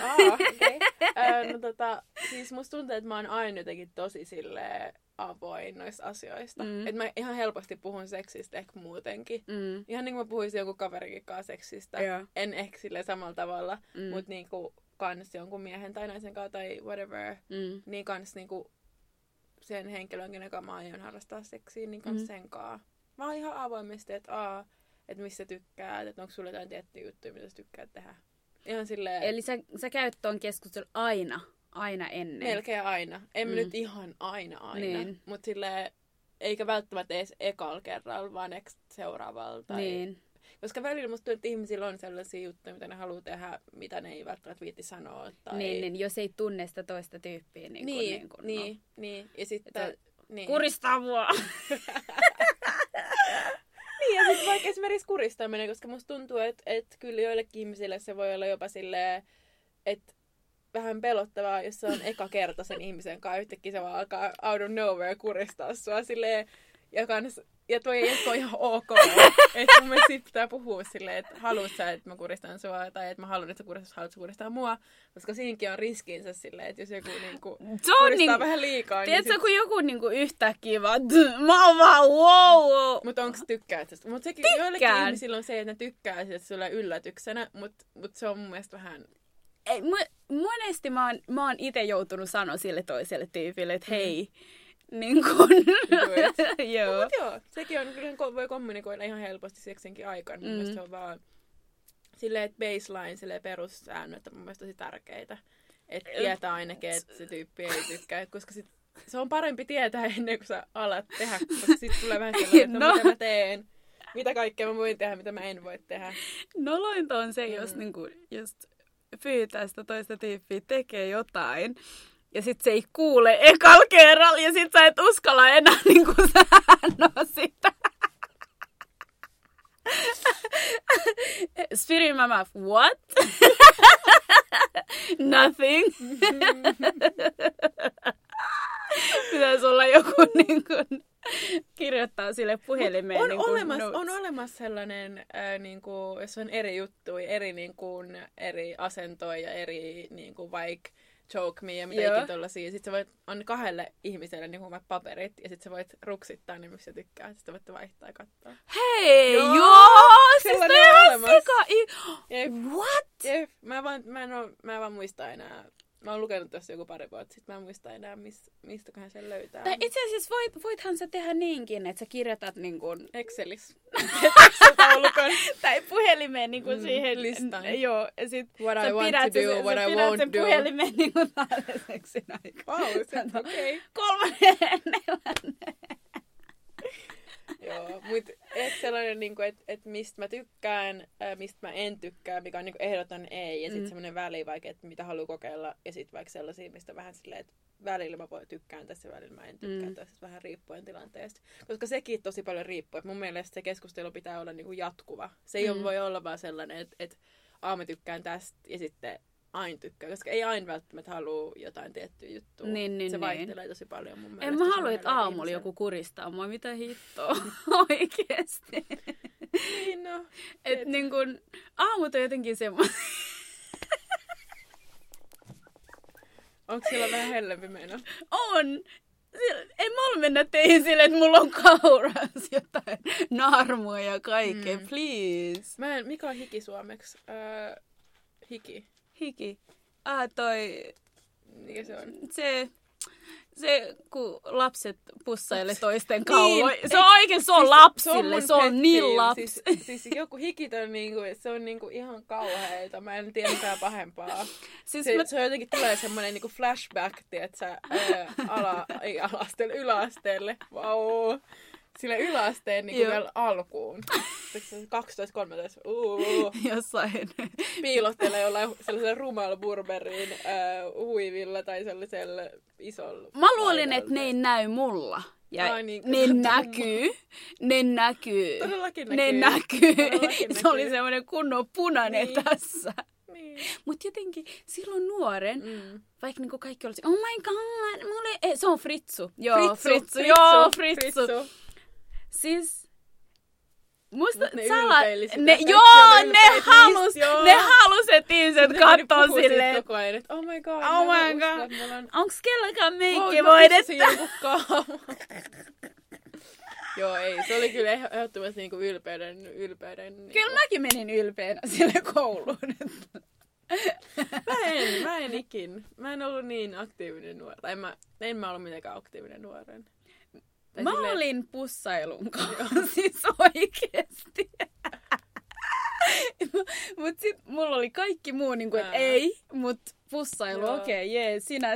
Siis musta tuntuu, että mä oon aina jotenkin tosi silleen avoin noista asioista. Että mä ihan helposti puhun seksistä ehkä muutenkin. Ihan niin kuin mä puhuisin jonkun kaverikin kanssa seksistä. En ehkä silleen samalla tavalla, mutta niinku kans jonkun miehen tai naisen kanssa tai whatever. Niin kans niinku sen henkilön, kenen kanssa mä aion harrastaa seksiä, niin kans sen kanssa. Mä oon ihan avoimesti, että mistä tykkäät, että onko sulla jotain tiettyjä juttuja, mitä sä tykkäät tehdä. Ihan silleen... Eli sä käyt ton keskustelun aina aina ennen. Melkein aina. En nyt ihan aina. Niin. Mutta silleen, eikä välttämättä edes ekalla kerralla, vaan seuraavalla. Tai... Koska välillä musta tuntuu, että ihmisillä on sellaisia juttuja, mitä ne haluaa tehdä, mitä ne ei välttämättä viitti sanoa. Tai... Niin, jos ei tunne sitä toista tyyppiä. Niin. Ja sitten... Kuristaa mua! Niin, ja sitten vaikka esimerkiksi kuristaminen, koska musta tuntuu, että kyllä joillekin ihmisille se voi olla jopa silleen, että vähän pelottavaa, jos se on eka kerta sen ihmisen kanssa, yhtäkkiä se vaan alkaa out of nowhere kuristaa sua silleen, ja toi ei ole ihan ok. Että mun mielestä siitä pitää puhua silleen, että haluat sä, että mä kuristan sua, tai että mä haluan, että sä haluat kuristaa mua. Koska siinäkin on riskinsä silleen, että jos joku niinku kuristaa vähän liikaa. Tiedätkö, niin kun joku niinku yhtäkkiä vaan, mä oon vaan wow. Mutta onko tykkää tästä? Mutta sekin joillekin ihmisillä on se, että ne tykkää siitä sulle yllätyksenä, mut se on mun mielestä vähän... Ei, monesti mä oon ite joutunut sanoa sille toiselle tyypille, että hei, niin kun... Joo. Mut joo, sekin on, kyllä voi kommunikoida ihan helposti seksenkin aikana. Mun mielestä se on vaan silleen, että baseline, silleen perussäännöt on mun mielestä tosi tärkeitä. Että tietää ainakin, että se tyyppi ei tykkää, koska sit se on parempi tietää ennen kuin sä alat tehdä, koska sit tulee vähän sellainen, että mitä mä teen. Mitä kaikkea mä voin tehdä, mitä mä en voi tehdä. Nolointa on se, jos niinku just pyytää sitä toista tyyppiä tekee jotain. Ja sit se ei kuule ekalla kerralla ja sit sä et uskalla enää niinku sanoa sitä. Spit in my mouth. What? Nothing. Pitäis olla joku niinku... kirjoittaa sille puhelimeen. On olemassa sellainen, niinku, jos on eri juttuja, eri asentoja ja eri niinku, vaikka joke me ja mitä ikinä tollasia. Sitten sä voit, on kahdelle ihmiselle niin kuin paperit ja sitten sä voit ruksittaa niin, miksi sä tykkää. Sitten voitte vaihtaa ja katsoa. Hei, joo! Siis toi on What? Jep. Mä vaan muista enää. Mä oon lukenut tuossa joku pari vuotta sitten. Mä en muista enää, mistäköhän sen löytää. Tai itse asiassa voithan sä tehdä niinkin, että sä kirjoitat niin kuin... Excelissä. Tai puhelimeen niin kuin siihen... Listaan. Joo, ja sit what I want to do, what I won't sen do. puhelimeen niin kuin taaleseksi aikaa. Wow, okei. 3, 4. Joo, mutta sellainen, niinku, että mistä mä tykkään, mistä mä en tykkää, mikä on niinku ehdoton ei. Ja sitten semmoinen väli, vaikka, että mitä haluaa kokeilla. Ja sitten vaikka sellaisia, mistä vähän silleen, että välillä mä tykkään tässä, välillä mä en tykkää tässä. Vähän riippuen tilanteesta. Koska sekin tosi paljon riippuu. Mun mielestä se keskustelu pitää olla niinku jatkuva. Se ei voi olla vaan sellainen, että mä tykkään tästä ja sitten aina tykkää, koska ei aina välttämättä halua jotain tiettyä juttua. Se vaihtelee tosi paljon mun mielestä. En mä halua, että aamulla joku kuristaa mua. Mitä hittoa? Oikeesti. Niin no. Et niin kun, aamut on jotenkin semmoinen. Onko siellä vähän hellempi meno? On. En mä ole mennä teihin silleen, että mulla on kauras jotain naarmua ja kaikkea. Please. Mikä on hiki suomeksi? Hiki. Hiki. Toi... Mikä se on? Se, kun lapset pussailee toisten kauloja. Niin, se on oikein, se on lapsille. Se on niin lapsi. Siis joku hikit on niinku, se on niinku ihan kauheita. Mä en tiedä mitään pahempaa. Siis se on jotenkin tulee semmonen niinku flashback, tietsä, yläasteelle. Vau. Sille yläasteen niin vielä alkuun. 12-13. Jossain. Piilottelee jollain sellaisella rumalla Burberryn huivilla tai sellaisella isolla. Mä luulin, että ne ei näy mulla. Ja niin, ne näkyy. Todellakin näkyy. Se oli semmoinen kunnon punainen tässä. Niin. Mutta jotenkin silloin nuoren, vaikka niinku kaikki olisi, oh my god, se on Fritsu. Joo, Fritsu. Siis musta ne halus, että ihmiset kattoo silleen. Koko ajan, että oh my god. Onks kelläkään meikki voidetta? Joo, ei. Se oli kyllä ehdottomasti niinku ylpeyden. Kyllä mäkin menin ylpeänä sille kouluun. Mä en ikin. Mä en ollut niin aktiivinen nuori. Tai en mä ollut mitenkään aktiivinen nuoren. Mä olin pussailun kanssa, siis oikeesti. Mut sit mulla oli kaikki muu, niinku, että ei, mut pussailu, okei, sinä.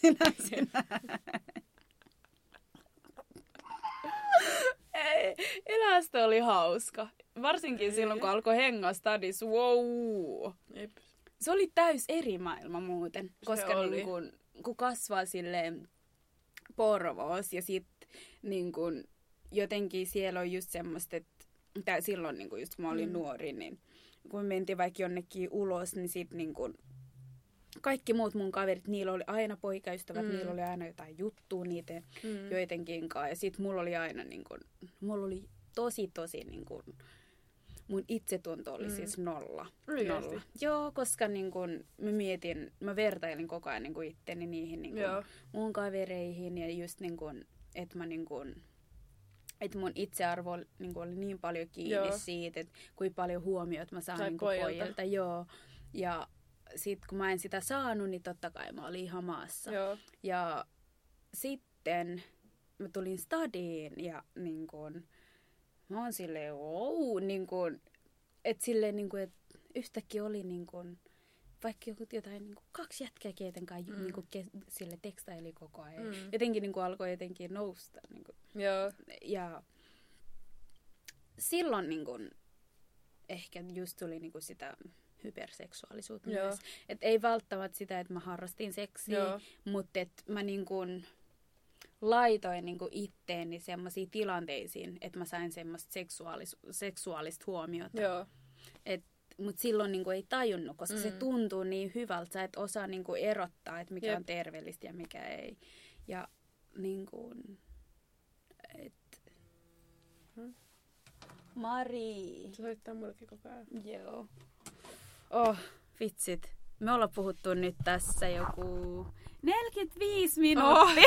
Elästä oli hauska. Varsinkin silloin, kun alkoi hengaa stadis. Wow. Jep. Se oli täys eri maailma muuten. Koska niin kun kasvaa silleen Porvoos ja sit niin kun, jotenkin siellä on just semmoista, että silloin niin kun just kun mä olin nuori, niin kun mentiin vaikka jonnekin ulos, niin sit niin kun, kaikki muut mun kaverit, niillä oli aina poikaystävät, niillä oli aina jotain juttua niiden joidenkin kanssa. Ja sit mulla oli aina niin kun, mulla oli tosi niin kun, mun itsetunto oli siis nolla. Joo, koska niin kun, mä vertailin koko ajan niin kun itteni niihin niin kun, mun kavereihin ja just niin kun, että mä niin kun, että mun itsearvo niin kun, oli niin paljon kiinni siitä, että kuinka paljon huomiota mä saan niin kun, pojilta. Joo. Ja sit kun mä en sitä saanut, niin totta kai mä olin ihan maassa. Joo. Ja sitten mä tulin stadiin ja niin kun, mä oon silleen, niin kun, että silleen, niin kun, et yhtäkkiä oli niin kun, vaikka jotain niin kun, 2 jätkää keitenkaan niin kun, sille tekstaili koko ajan. Jotenkin niin kun, alkoi jotenkin nousta. Niin kun. Joo. Ja silloin niin kun, ehkä just tuli niin kun, sitä hyperseksuaalisuutta myös. Että ei välttämättä sitä, että mä harrastin seksiä, mutta että mä niin kun, laitoin niinku itteeni semmoisiin tilanteisiin, että mä sain semmoista seksuaalista huomiota. Joo. Mutta silloin niinku ei tajunnut, koska se tuntuu niin hyvältä. Sä et osaa niinku erottaa, että mikä on terveellistä ja mikä ei. Ja niinku... Mari! Se soittaa mullekin koko ajan. Joo. Vitsit. Me ollaan puhuttu nyt tässä joku 45 minuuttia.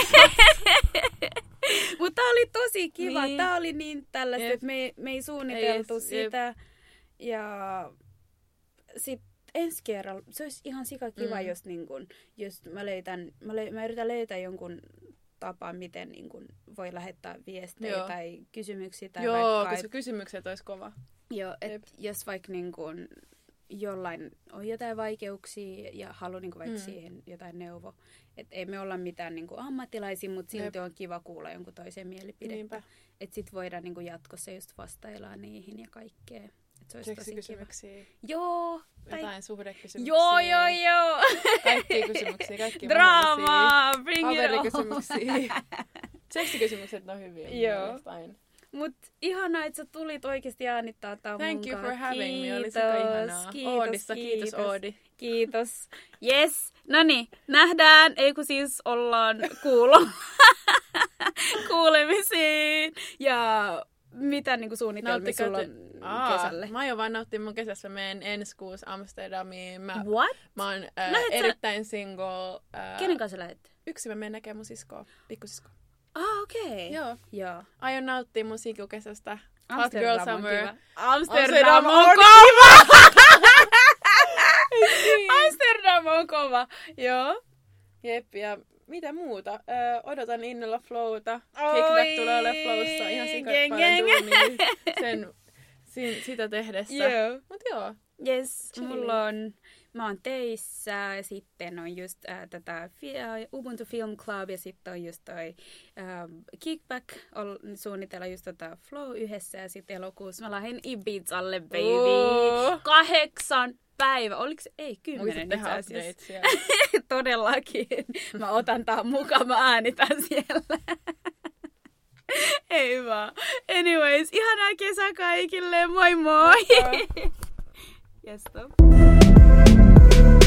Mutta tää oli tosi kiva. Niin. Tää oli niin tällaista, että me ei suunniteltu sitä. Ja sit ensi kerralla, se olisi ihan sika kiva, jos, niin kun, jos mä yritän löytää jonkun tapaa, miten niin kun, voi lähettää viestejä tai kysymyksiä. Tai koska kysymykset olisi kova. Joo, jos vaikka niin kun, jollain on jotain vaikeuksia ja haluaa niin vaikka siihen jotain neuvoa. Että ei me olla mitään niin ammattilaisia, mutta silti on kiva kuulla jonkun toisen mielipidettä. Että sit voidaan niin jatkossa just vastailla niihin ja kaikkea. Seksikysymyksiä. Joo. Jotain suhdekysymyksiä. Joo. Kaikkia kysymyksiä, kaikki drama, bring it on. Seksikysymykset on hyviä. Joo. Mut ihanaa, että sä tulit oikeesti äänittää tää munkaan. Thank you for having me. Oli sika ihanaa. Kiitos Oodi. Kiitos. Yes. Noniin, nähdään. Ei kun siis ollaan kuulemisiin. Ja mitä niinku suunnitelmia sulla on kesälle? Mä aion vaan nauttia mun kesässä. Mä menen ensi kuussa Amsterdamiin. What? Mä oon erittäin single. Kenen kanssa lähet? Yksin mä menen näkemään mun siskoa, pikkusiskoa. Okei. Joo. Aion nauttia mun kesästä. Hot Girl Summer. Amsterdam on kova! Amsterdam on kova. Joo. Jep, ja mitä muuta? Odotan innolla Flowta. Kickback tulee olemaan Flowssa ihan paljon duunia sitä tehdessä. Joo. Mut joo. Yes, mä oon töissä ja sitten on just tätä Ubuntu Film Club ja sitten on just toi Kickback, suunnitella just tätä Flow yhdessä ja sitten elokuussa mä lähdin Ibizalle, baby. 8 päivä. Oliko se? Ei, 10 itse asiassa. Todellakin. Mä otan tää mukaan, mä äänitän siellä. Ei vaan. Anyways, ihanaa kesää kaikille. Moi moi! Yes, stop.